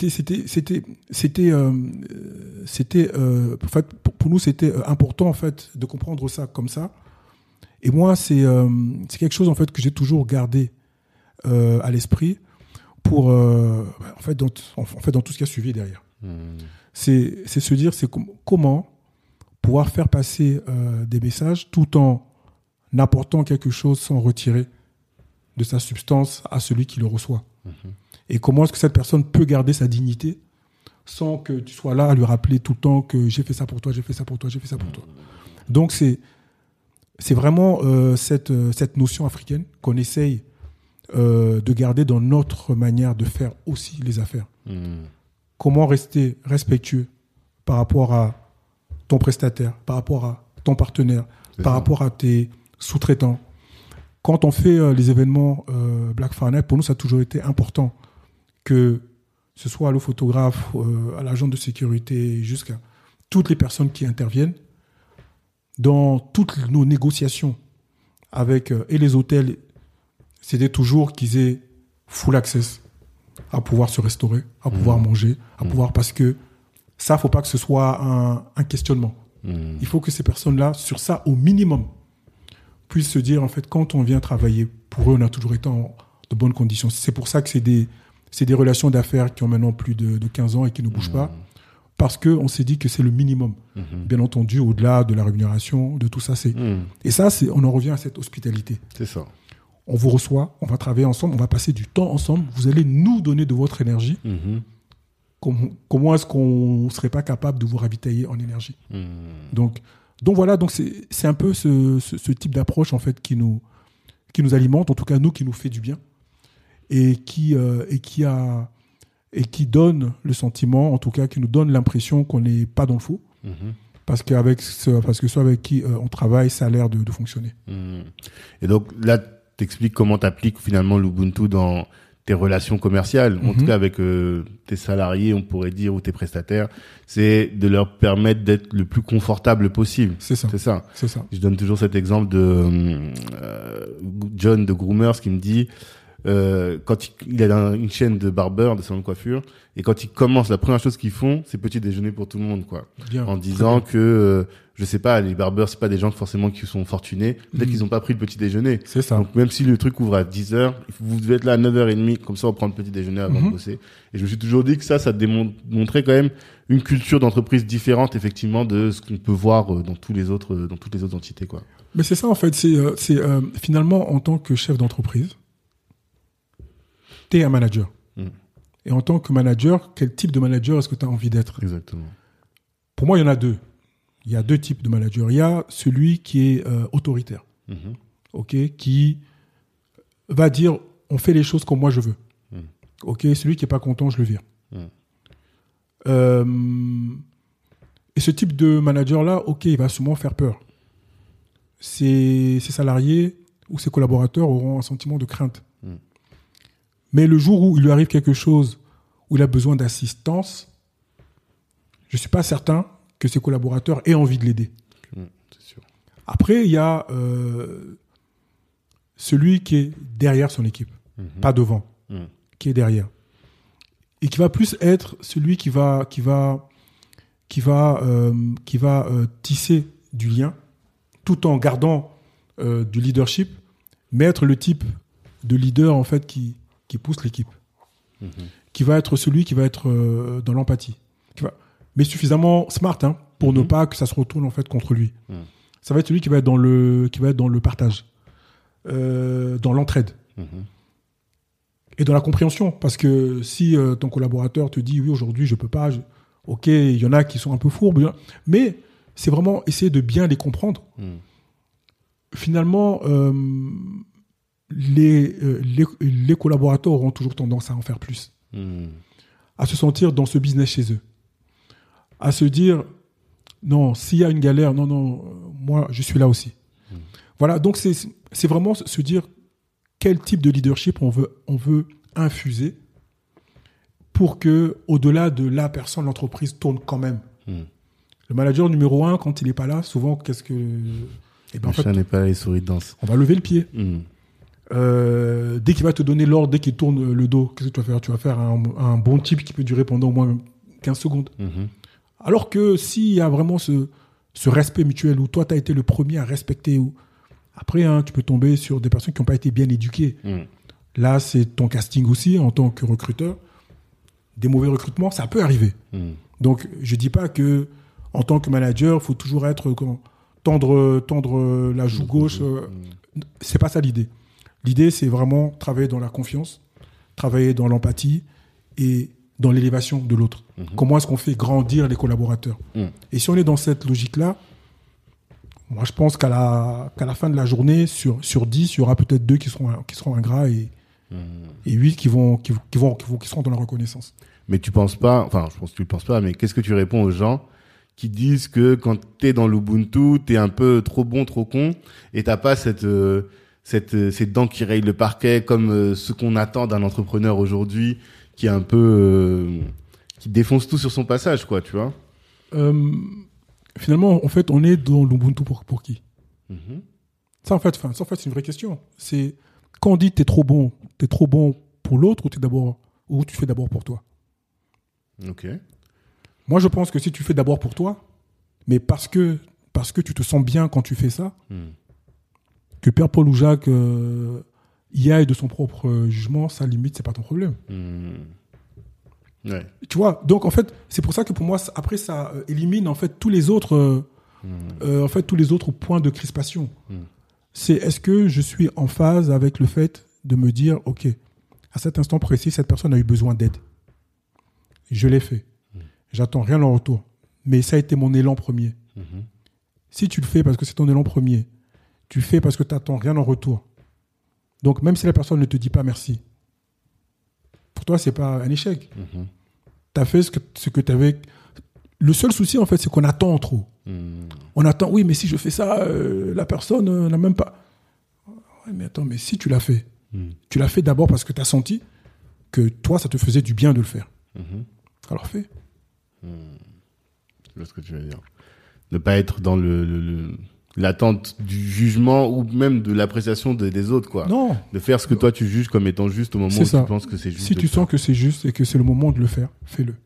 en fait, pour nous, c'était important en fait de comprendre ça comme ça. Et moi, c'est quelque chose en fait que j'ai toujours gardé à l'esprit pour en fait dans tout ce qui a suivi derrière. C'est se dire comment pouvoir faire passer des messages tout en apportant quelque chose sans retirer de sa substance à celui qui le reçoit. Et comment est-ce que cette personne peut garder sa dignité sans que tu sois là à lui rappeler tout le temps que j'ai fait ça pour toi, j'ai fait ça pour toi, j'ai fait ça pour toi. Donc c'est vraiment cette notion africaine qu'on essaye de garder dans notre manière de faire aussi les affaires. Comment rester respectueux par rapport à ton prestataire, par rapport à ton partenaire, par rapport à tes sous-traitants. Quand on fait les événements Black Friday, pour nous, ça a toujours été important que ce soit le photographe, à l'agent de sécurité, jusqu'à toutes les personnes qui interviennent dans toutes nos négociations avec et les hôtels, c'était toujours qu'ils aient full access à pouvoir se restaurer, à pouvoir manger, à pouvoir, parce que ça, faut pas que ce soit un questionnement. Il faut que ces personnes-là, sur ça, au minimum, puissent se dire, en fait, quand on vient travailler, pour eux, on a toujours été de bonnes conditions. C'est pour ça que c'est des relations d'affaires qui ont maintenant plus de 15 ans et qui ne bougent pas, parce qu'on s'est dit que c'est le minimum. Bien entendu, au-delà de la rémunération, de tout ça. Et ça, on en revient à cette hospitalité. C'est ça. On vous reçoit, on va travailler ensemble, on va passer du temps ensemble, vous allez nous donner de votre énergie. Comment est-ce qu'on ne serait pas capable de vous ravitailler en énergie? Donc voilà, donc c'est un peu ce type d'approche en fait qui nous alimente, en tout cas nous, qui nous fait du bien et qui donne le sentiment, en tout cas qui nous donne l'impression qu'on n'est pas dans le faux. Parce que ceux avec qui on travaille, ça a l'air de fonctionner. Et donc là, t'expliques comment t'appliques finalement l'Ubuntu dans tes relations commerciales, en tout cas avec tes salariés, on pourrait dire, ou tes prestataires, c'est de leur permettre d'être le plus confortable possible. C'est ça. Je donne toujours cet exemple de John de Groomers qui me dit quand il a une chaîne de barbeurs, de salon de coiffure, et quand ils commencent, la première chose qu'ils font, c'est petit déjeuner pour tout le monde, quoi. Bien, en disant que je sais pas, les barbeurs, c'est pas des gens forcément qui sont fortunés. Peut-être qu'ils ont pas pris le petit déjeuner. C'est ça. Donc, même si le truc ouvre à 10h, vous devez être là à 9h30, comme ça, on prend le petit déjeuner avant de bosser. Et je me suis toujours dit que ça démontrait quand même une culture d'entreprise différente, effectivement, de ce qu'on peut voir dans toutes les autres entités, quoi. Mais c'est ça, en fait. C'est finalement, en tant que chef d'entreprise, t'es un manager. Et en tant que manager, quel type de manager est-ce que tu as envie d'être? Exactement. Pour moi, il y en a deux. Il y a deux types de managers. Il y a celui qui est autoritaire, qui va dire on fait les choses comme moi je veux. Celui qui est pas content, je le vire. Et ce type de manager-là, il va souvent faire peur. Ses salariés ou ses collaborateurs auront un sentiment de crainte. Mais le jour où il lui arrive quelque chose, où il a besoin d'assistance, je ne suis pas certain que ses collaborateurs aient envie de l'aider. C'est sûr. Après, il y a celui qui est derrière son équipe, pas devant, qui est derrière. Et qui va plus être celui qui va tisser du lien, tout en gardant du leadership, mais être le type de leader en fait qui pousse l'équipe, qui va être celui qui va être dans l'empathie, mais suffisamment smart pour ne pas que ça se retourne en fait contre lui. Ça va être celui qui va être dans le partage, dans l'entraide et dans la compréhension, parce que si ton collaborateur te dit oui aujourd'hui je peux pas, il y en a qui sont un peu fourbes, mais c'est vraiment essayer de bien les comprendre. Finalement, les collaborateurs auront toujours tendance à en faire plus. À se sentir dans ce business chez eux. À se dire, non, s'il y a une galère, non, moi, je suis là aussi. Voilà, donc c'est vraiment se dire quel type de leadership on veut infuser pour que, au-delà de la personne, l'entreprise tourne quand même. Le manager numéro 1, quand il n'est pas là, souvent, qu'est-ce que... Le chat n'est pas là, les souris dansent. On va lever le pied. Dès qu'il va te donner l'ordre, dès qu'il tourne le dos, qu'est-ce que tu vas faire ? Tu vas faire un bon type qui peut durer pendant au moins 15 secondes. Alors que s'il y a vraiment ce respect mutuel où toi, tu as été le premier à respecter, après, tu peux tomber sur des personnes qui n'ont pas été bien éduquées. Là, c'est ton casting aussi en tant que recruteur. Des mauvais recrutements, ça peut arriver. Donc, je ne dis pas que en tant que manager, il faut toujours être tendre la joue gauche. C'est pas ça l'idée. L'idée, c'est vraiment travailler dans la confiance, travailler dans l'empathie et dans l'élévation de l'autre. Comment est-ce qu'on fait grandir les collaborateurs ? Et si on est dans cette logique-là, moi, je pense qu'à la fin de la journée, sur 10, il y aura peut-être 2 qui seront ingrats et 8 qui seront dans la reconnaissance. Mais tu penses pas, enfin, je pense que tu le penses pas, mais qu'est-ce que tu réponds aux gens qui disent que quand t'es dans l'Ubuntu, t'es un peu trop bon, trop con, et t'as pas ces dents qui rayent le parquet comme ce qu'on attend d'un entrepreneur aujourd'hui, qui est un peu, qui défonce tout sur son passage, quoi, tu vois? Finalement, en fait, on est dans l'Ubuntu pour qui? Ça, en fait, c'est une vraie question. C'est quand on dit t'es trop bon pour l'autre ou tu fais d'abord pour toi. Ok. Moi, je pense que si tu fais d'abord pour toi, mais parce que tu te sens bien quand tu fais ça, que Père Paul ou Jacques y aille de son propre jugement, ça limite, c'est pas ton problème. Ouais. Tu vois, donc en fait, c'est pour ça que pour moi, après, ça élimine en fait tous les autres points de crispation. C'est est-ce que je suis en phase avec le fait de me dire, ok, à cet instant précis, cette personne a eu besoin d'aide. Je l'ai fait. J'attends rien en retour. Mais ça a été mon élan premier. Si tu le fais parce que c'est ton élan premier, tu le fais parce que tu n'attends rien en retour. Donc, même si la personne ne te dit pas merci, pour toi, ce n'est pas un échec. Tu as fait ce que tu avais. Le seul souci, en fait, c'est qu'on attend trop. On attend, oui, mais si je fais ça, la personne n'a même pas. Ouais, mais attends, mais si tu l'as fait, tu l'as fait d'abord parce que tu as senti que toi, ça te faisait du bien de le faire. Alors fais. Je vois ce que tu veux dire. Ne pas être dans l'attente du jugement ou même de l'appréciation des autres, quoi. Non. De faire ce que toi tu juges comme étant juste au moment où tu penses que c'est juste. Si tu sens que c'est juste et que c'est le moment de le faire, fais-le.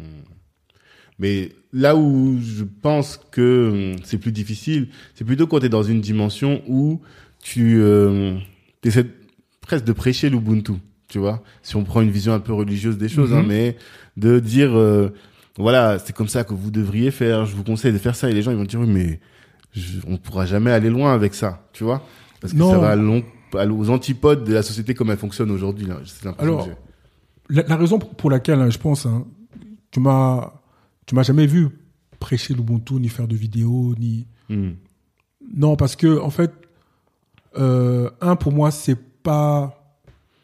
Mais là où je pense que c'est plus difficile, c'est plutôt quand tu es dans une dimension où tu essaies presque de prêcher l'Ubuntu, tu vois. Si on prend une vision un peu religieuse des choses, mais de dire voilà, c'est comme ça que vous devriez faire, je vous conseille de faire ça, et les gens ils vont dire oui, mais on pourra jamais aller loin avec ça, tu vois, parce que ça va aux antipodes de la société comme elle fonctionne aujourd'hui là. C'est l'impression que j'ai. La raison pour laquelle je pense tu m'as jamais vu prêcher l'Ubuntu ni faire de vidéos ni non, parce que en fait pour moi c'est pas,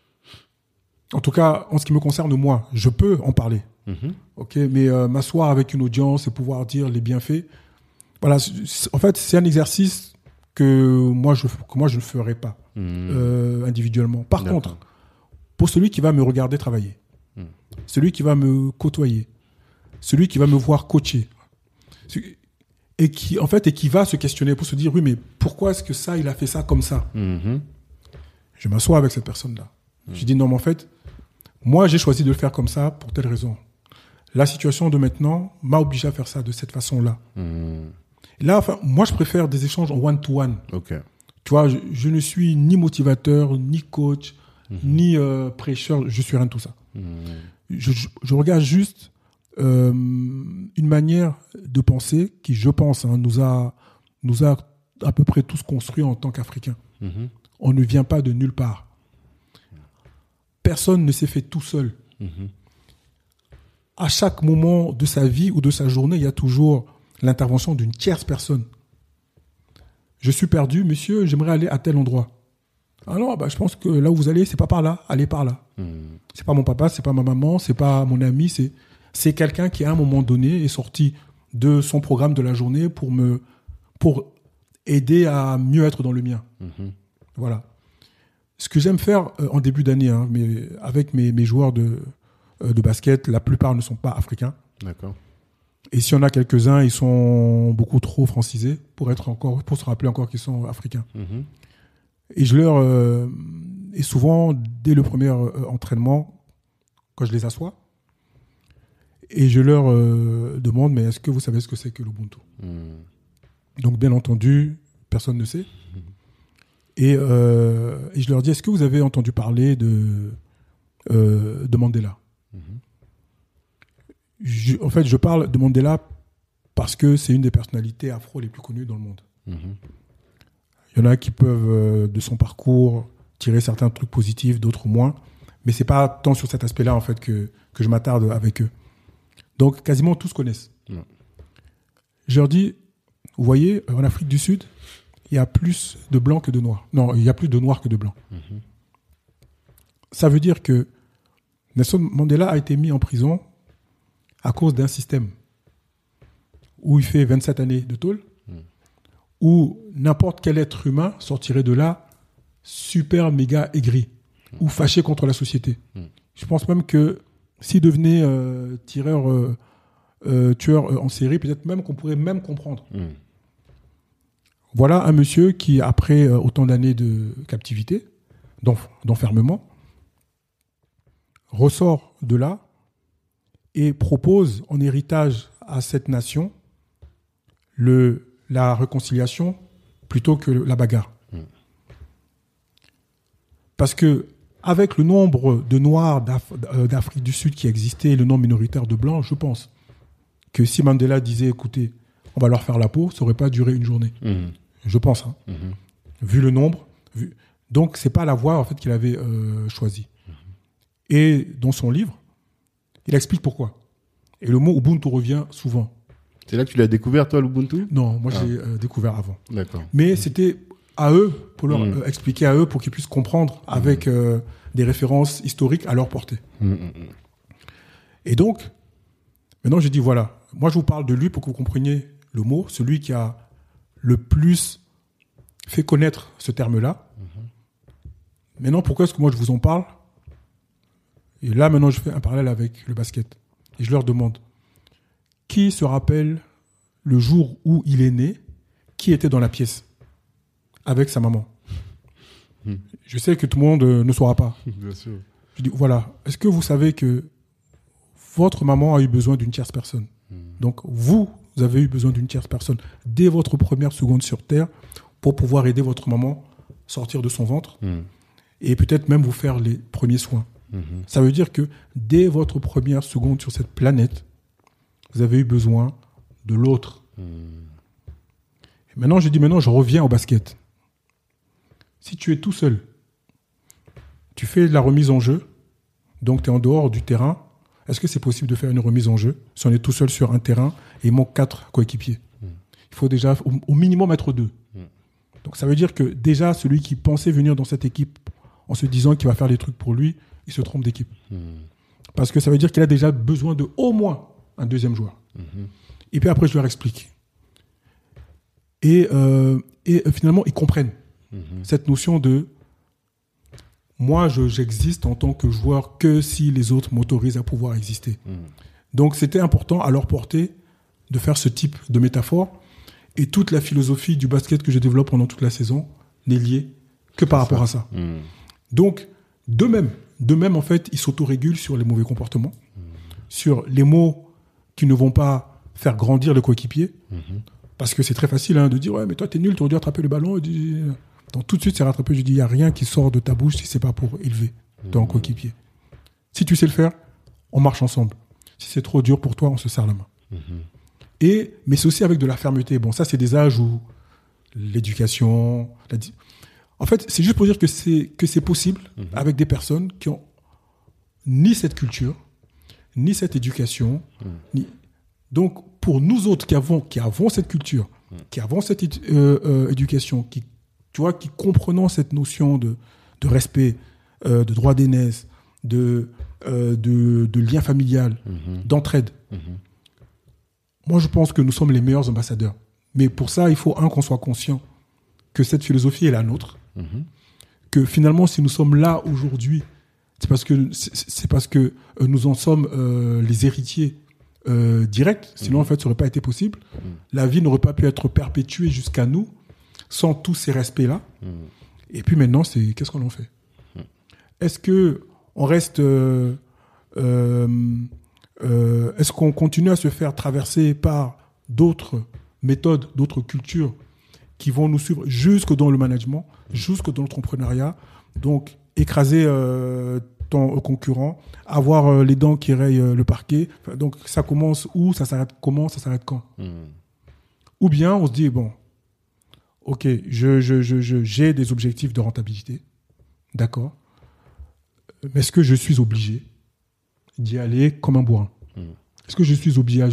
en tout cas en ce qui me concerne moi, je peux en parler. Ok, mais m'asseoir avec une audience et pouvoir dire les bienfaits, voilà, en fait c'est un exercice que moi je ne ferai pas individuellement. Par contre, pour celui qui va me regarder travailler, celui qui va me côtoyer, celui qui va me voir coacher et qui va se questionner pour se dire oui, mais pourquoi est-ce que ça il a fait ça comme ça, je m'assois avec cette personne là, je dis non, mais en fait moi j'ai choisi de le faire comme ça pour telle raison. La situation de maintenant m'a obligé à faire ça de cette façon-là. Là, enfin, moi, je préfère des échanges en one-to-one. Okay. Tu vois, je ne suis ni motivateur, ni coach, ni prêcheur. Je suis rien de tout ça. Je regarde juste une manière de penser qui, je pense, nous a à peu près tous construits en tant qu'Africains. On ne vient pas de nulle part. Personne ne s'est fait tout seul. À chaque moment de sa vie ou de sa journée, il y a toujours l'intervention d'une tierce personne. Je suis perdu, monsieur, j'aimerais aller à tel endroit. Ah non, je pense que là où vous allez, c'est pas par là, allez par là. C'est pas mon papa, c'est pas ma maman, c'est pas mon ami, c'est quelqu'un qui à un moment donné est sorti de son programme de la journée pour aider à mieux être dans le mien. Voilà. Ce que j'aime faire en début d'année, mais avec mes joueurs de basket, la plupart ne sont pas africains. D'accord. Et s'il y en a quelques-uns, ils sont beaucoup trop francisés pour se rappeler encore qu'ils sont africains. Et et souvent, dès le premier entraînement, quand je les assois, et je leur demande, mais est-ce que vous savez ce que c'est que l'Ubuntu ? Donc, bien entendu, personne ne sait. Et je leur dis, est-ce que vous avez entendu parler de Mandela ? En fait, je parle de Mandela parce que c'est une des personnalités afro les plus connues dans le monde. Il y en a qui peuvent, de son parcours, tirer certains trucs positifs, d'autres moins. Mais c'est pas tant sur cet aspect-là, en fait, que je m'attarde avec eux. Donc, quasiment tous connaissent. Je leur dis, vous voyez, en Afrique du Sud, il y a plus de blancs que de noirs. Non, il y a plus de noirs que de blancs. Ça veut dire que Nelson Mandela a été mis en prison à cause d'un système où il fait 27 années de tôle, où n'importe quel être humain sortirait de là super méga aigri ou fâché contre la société. Je pense même que s'il devenait tueur en série, peut-être même qu'on pourrait même comprendre. Voilà un monsieur qui, après autant d'années de captivité, d'enfermement, ressort de là et propose en héritage à cette nation la réconciliation plutôt que la bagarre. Parce que avec le nombre de Noirs d'Afrique du Sud qui existait, le nombre minoritaire de Blancs, je pense que si Mandela disait, écoutez, on va leur faire la peau, ça n'aurait pas duré une journée. Je pense. Vu le nombre. Donc, ce n'est pas la voie en fait, qu'il avait choisie. Et dans son livre, il explique pourquoi. Et le mot Ubuntu revient souvent. C'est là que tu l'as découvert, toi, l'Ubuntu ? Non, moi, je l'ai découvert avant. D'accord. Mais c'était à eux, pour leur expliquer à eux, pour qu'ils puissent comprendre avec des références historiques à leur portée. Et donc, maintenant, j'ai dit, voilà, moi, je vous parle de lui pour que vous compreniez le mot, celui qui a le plus fait connaître ce terme-là. Maintenant, pourquoi est-ce que moi, je vous en parle ? Et là, maintenant, je fais un parallèle avec le basket. Et je leur demande, qui se rappelle le jour où il est né, qui était dans la pièce avec sa maman ? Je sais que tout le monde ne saura pas. Bien sûr. Je dis, voilà, est-ce que vous savez que votre maman a eu besoin d'une tierce personne ? Donc, vous avez eu besoin d'une tierce personne dès votre première seconde sur Terre pour pouvoir aider votre maman à sortir de son ventre et peut-être même vous faire les premiers soins. Ça veut dire que dès votre première seconde sur cette planète, vous avez eu besoin de l'autre. Et maintenant, je reviens au basket. Si tu es tout seul, tu fais de la remise en jeu, donc tu es en dehors du terrain, est-ce que c'est possible de faire une remise en jeu si on est tout seul sur un terrain et il manque 4 coéquipiers ? Il faut déjà au minimum être 2. Donc ça veut dire que déjà, celui qui pensait venir dans cette équipe en se disant qu'il va faire des trucs pour lui, il se trompe d'équipe. Parce que ça veut dire qu'il a déjà besoin de au moins un deuxième joueur. Et puis après, je leur explique. Et finalement, ils comprennent cette notion de moi, j'existe en tant que joueur que si les autres m'autorisent à pouvoir exister. Donc, c'était important à leur portée de faire ce type de métaphore. Et toute la philosophie du basket que je développe pendant toute la saison n'est liée que par rapport à ça. Donc, de même, en fait, ils s'autorégulent sur les mauvais comportements, sur les mots qui ne vont pas faire grandir le coéquipier. Parce que c'est très facile de dire « Ouais, mais toi, t'es nul, t'aurais dû attraper le ballon. » Donc, tout de suite, c'est rattrapé. Je dis « Il n'y a rien qui sort de ta bouche si ce n'est pas pour élever ton coéquipier. Si tu sais le faire, on marche ensemble. Si c'est trop dur pour toi, on se serre la main. » Mais c'est aussi avec de la fermeté. Bon, ça, c'est des âges où l'éducation... En fait, c'est juste pour dire que c'est possible avec des personnes qui ont ni cette culture, ni cette éducation. Donc, pour nous autres qui avons cette culture, qui avons cette éducation, qui tu vois, qui comprenant cette notion de respect, de droit d'aînesse, de lien familial, d'entraide. Moi, je pense que nous sommes les meilleurs ambassadeurs. Mais pour ça, il faut, qu'on soit conscient que cette philosophie est la nôtre. Que finalement, si nous sommes là aujourd'hui, c'est parce que nous en sommes les héritiers directs. Sinon, en fait, ça n'aurait pas été possible. La vie n'aurait pas pu être perpétuée jusqu'à nous sans tous ces respects-là. Et puis maintenant, qu'est-ce qu'on en fait? Est-ce que on reste... est-ce qu'on continue à se faire traverser par d'autres méthodes, d'autres cultures qui vont nous suivre jusque dans le management, jusque dans l'entrepreneuriat, donc écraser ton concurrent, avoir les dents qui rayent le parquet. Enfin, donc ça commence où, ça s'arrête comment, ça s'arrête quand. Ou bien on se dit, bon, ok, j'ai des objectifs de rentabilité, d'accord, mais est-ce que je suis obligé d'y aller comme un bourrin? Est-ce que je suis obligé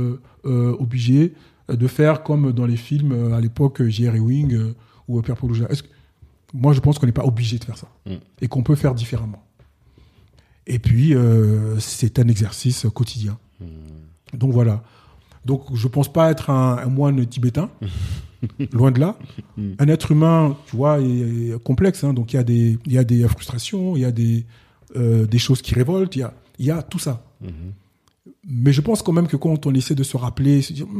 de faire comme dans les films à l'époque J.R. Ewing ou Pierre Paul Auger? Moi, je pense qu'on n'est pas obligé de faire ça et qu'on peut faire différemment. Et puis, c'est un exercice quotidien. Donc voilà. Donc, je ne pense pas être un moine tibétain, loin de là. Un être humain, tu vois, est complexe. Hein, donc, il y a des frustrations, il y a des choses qui révoltent, il y a tout ça. Mais je pense quand même que quand on essaie de se rappeler, se dire,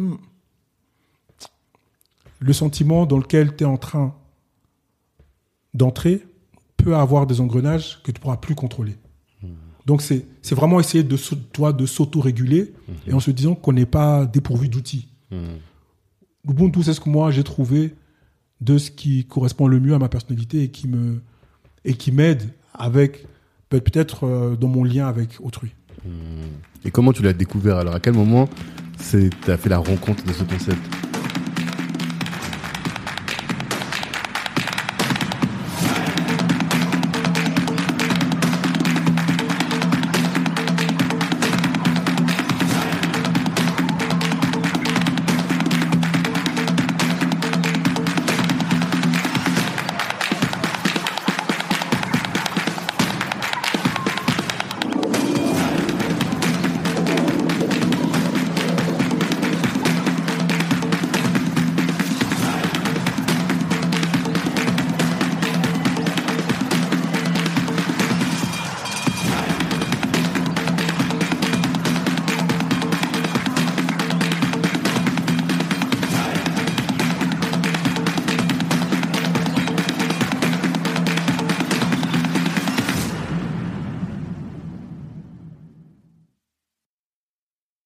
le sentiment dans lequel tu es en train d'entrer peut avoir des engrenages que tu ne pourras plus contrôler. Donc, c'est vraiment essayer de s'auto-réguler et en se disant qu'on n'est pas dépourvu d'outils. L'Ubuntu, c'est ce que moi, j'ai trouvé de ce qui correspond le mieux à ma personnalité et qui m'aide avec, peut-être dans mon lien avec autrui. Et comment tu l'as découvert? Alors, à quel moment tu as fait la rencontre de ce concept?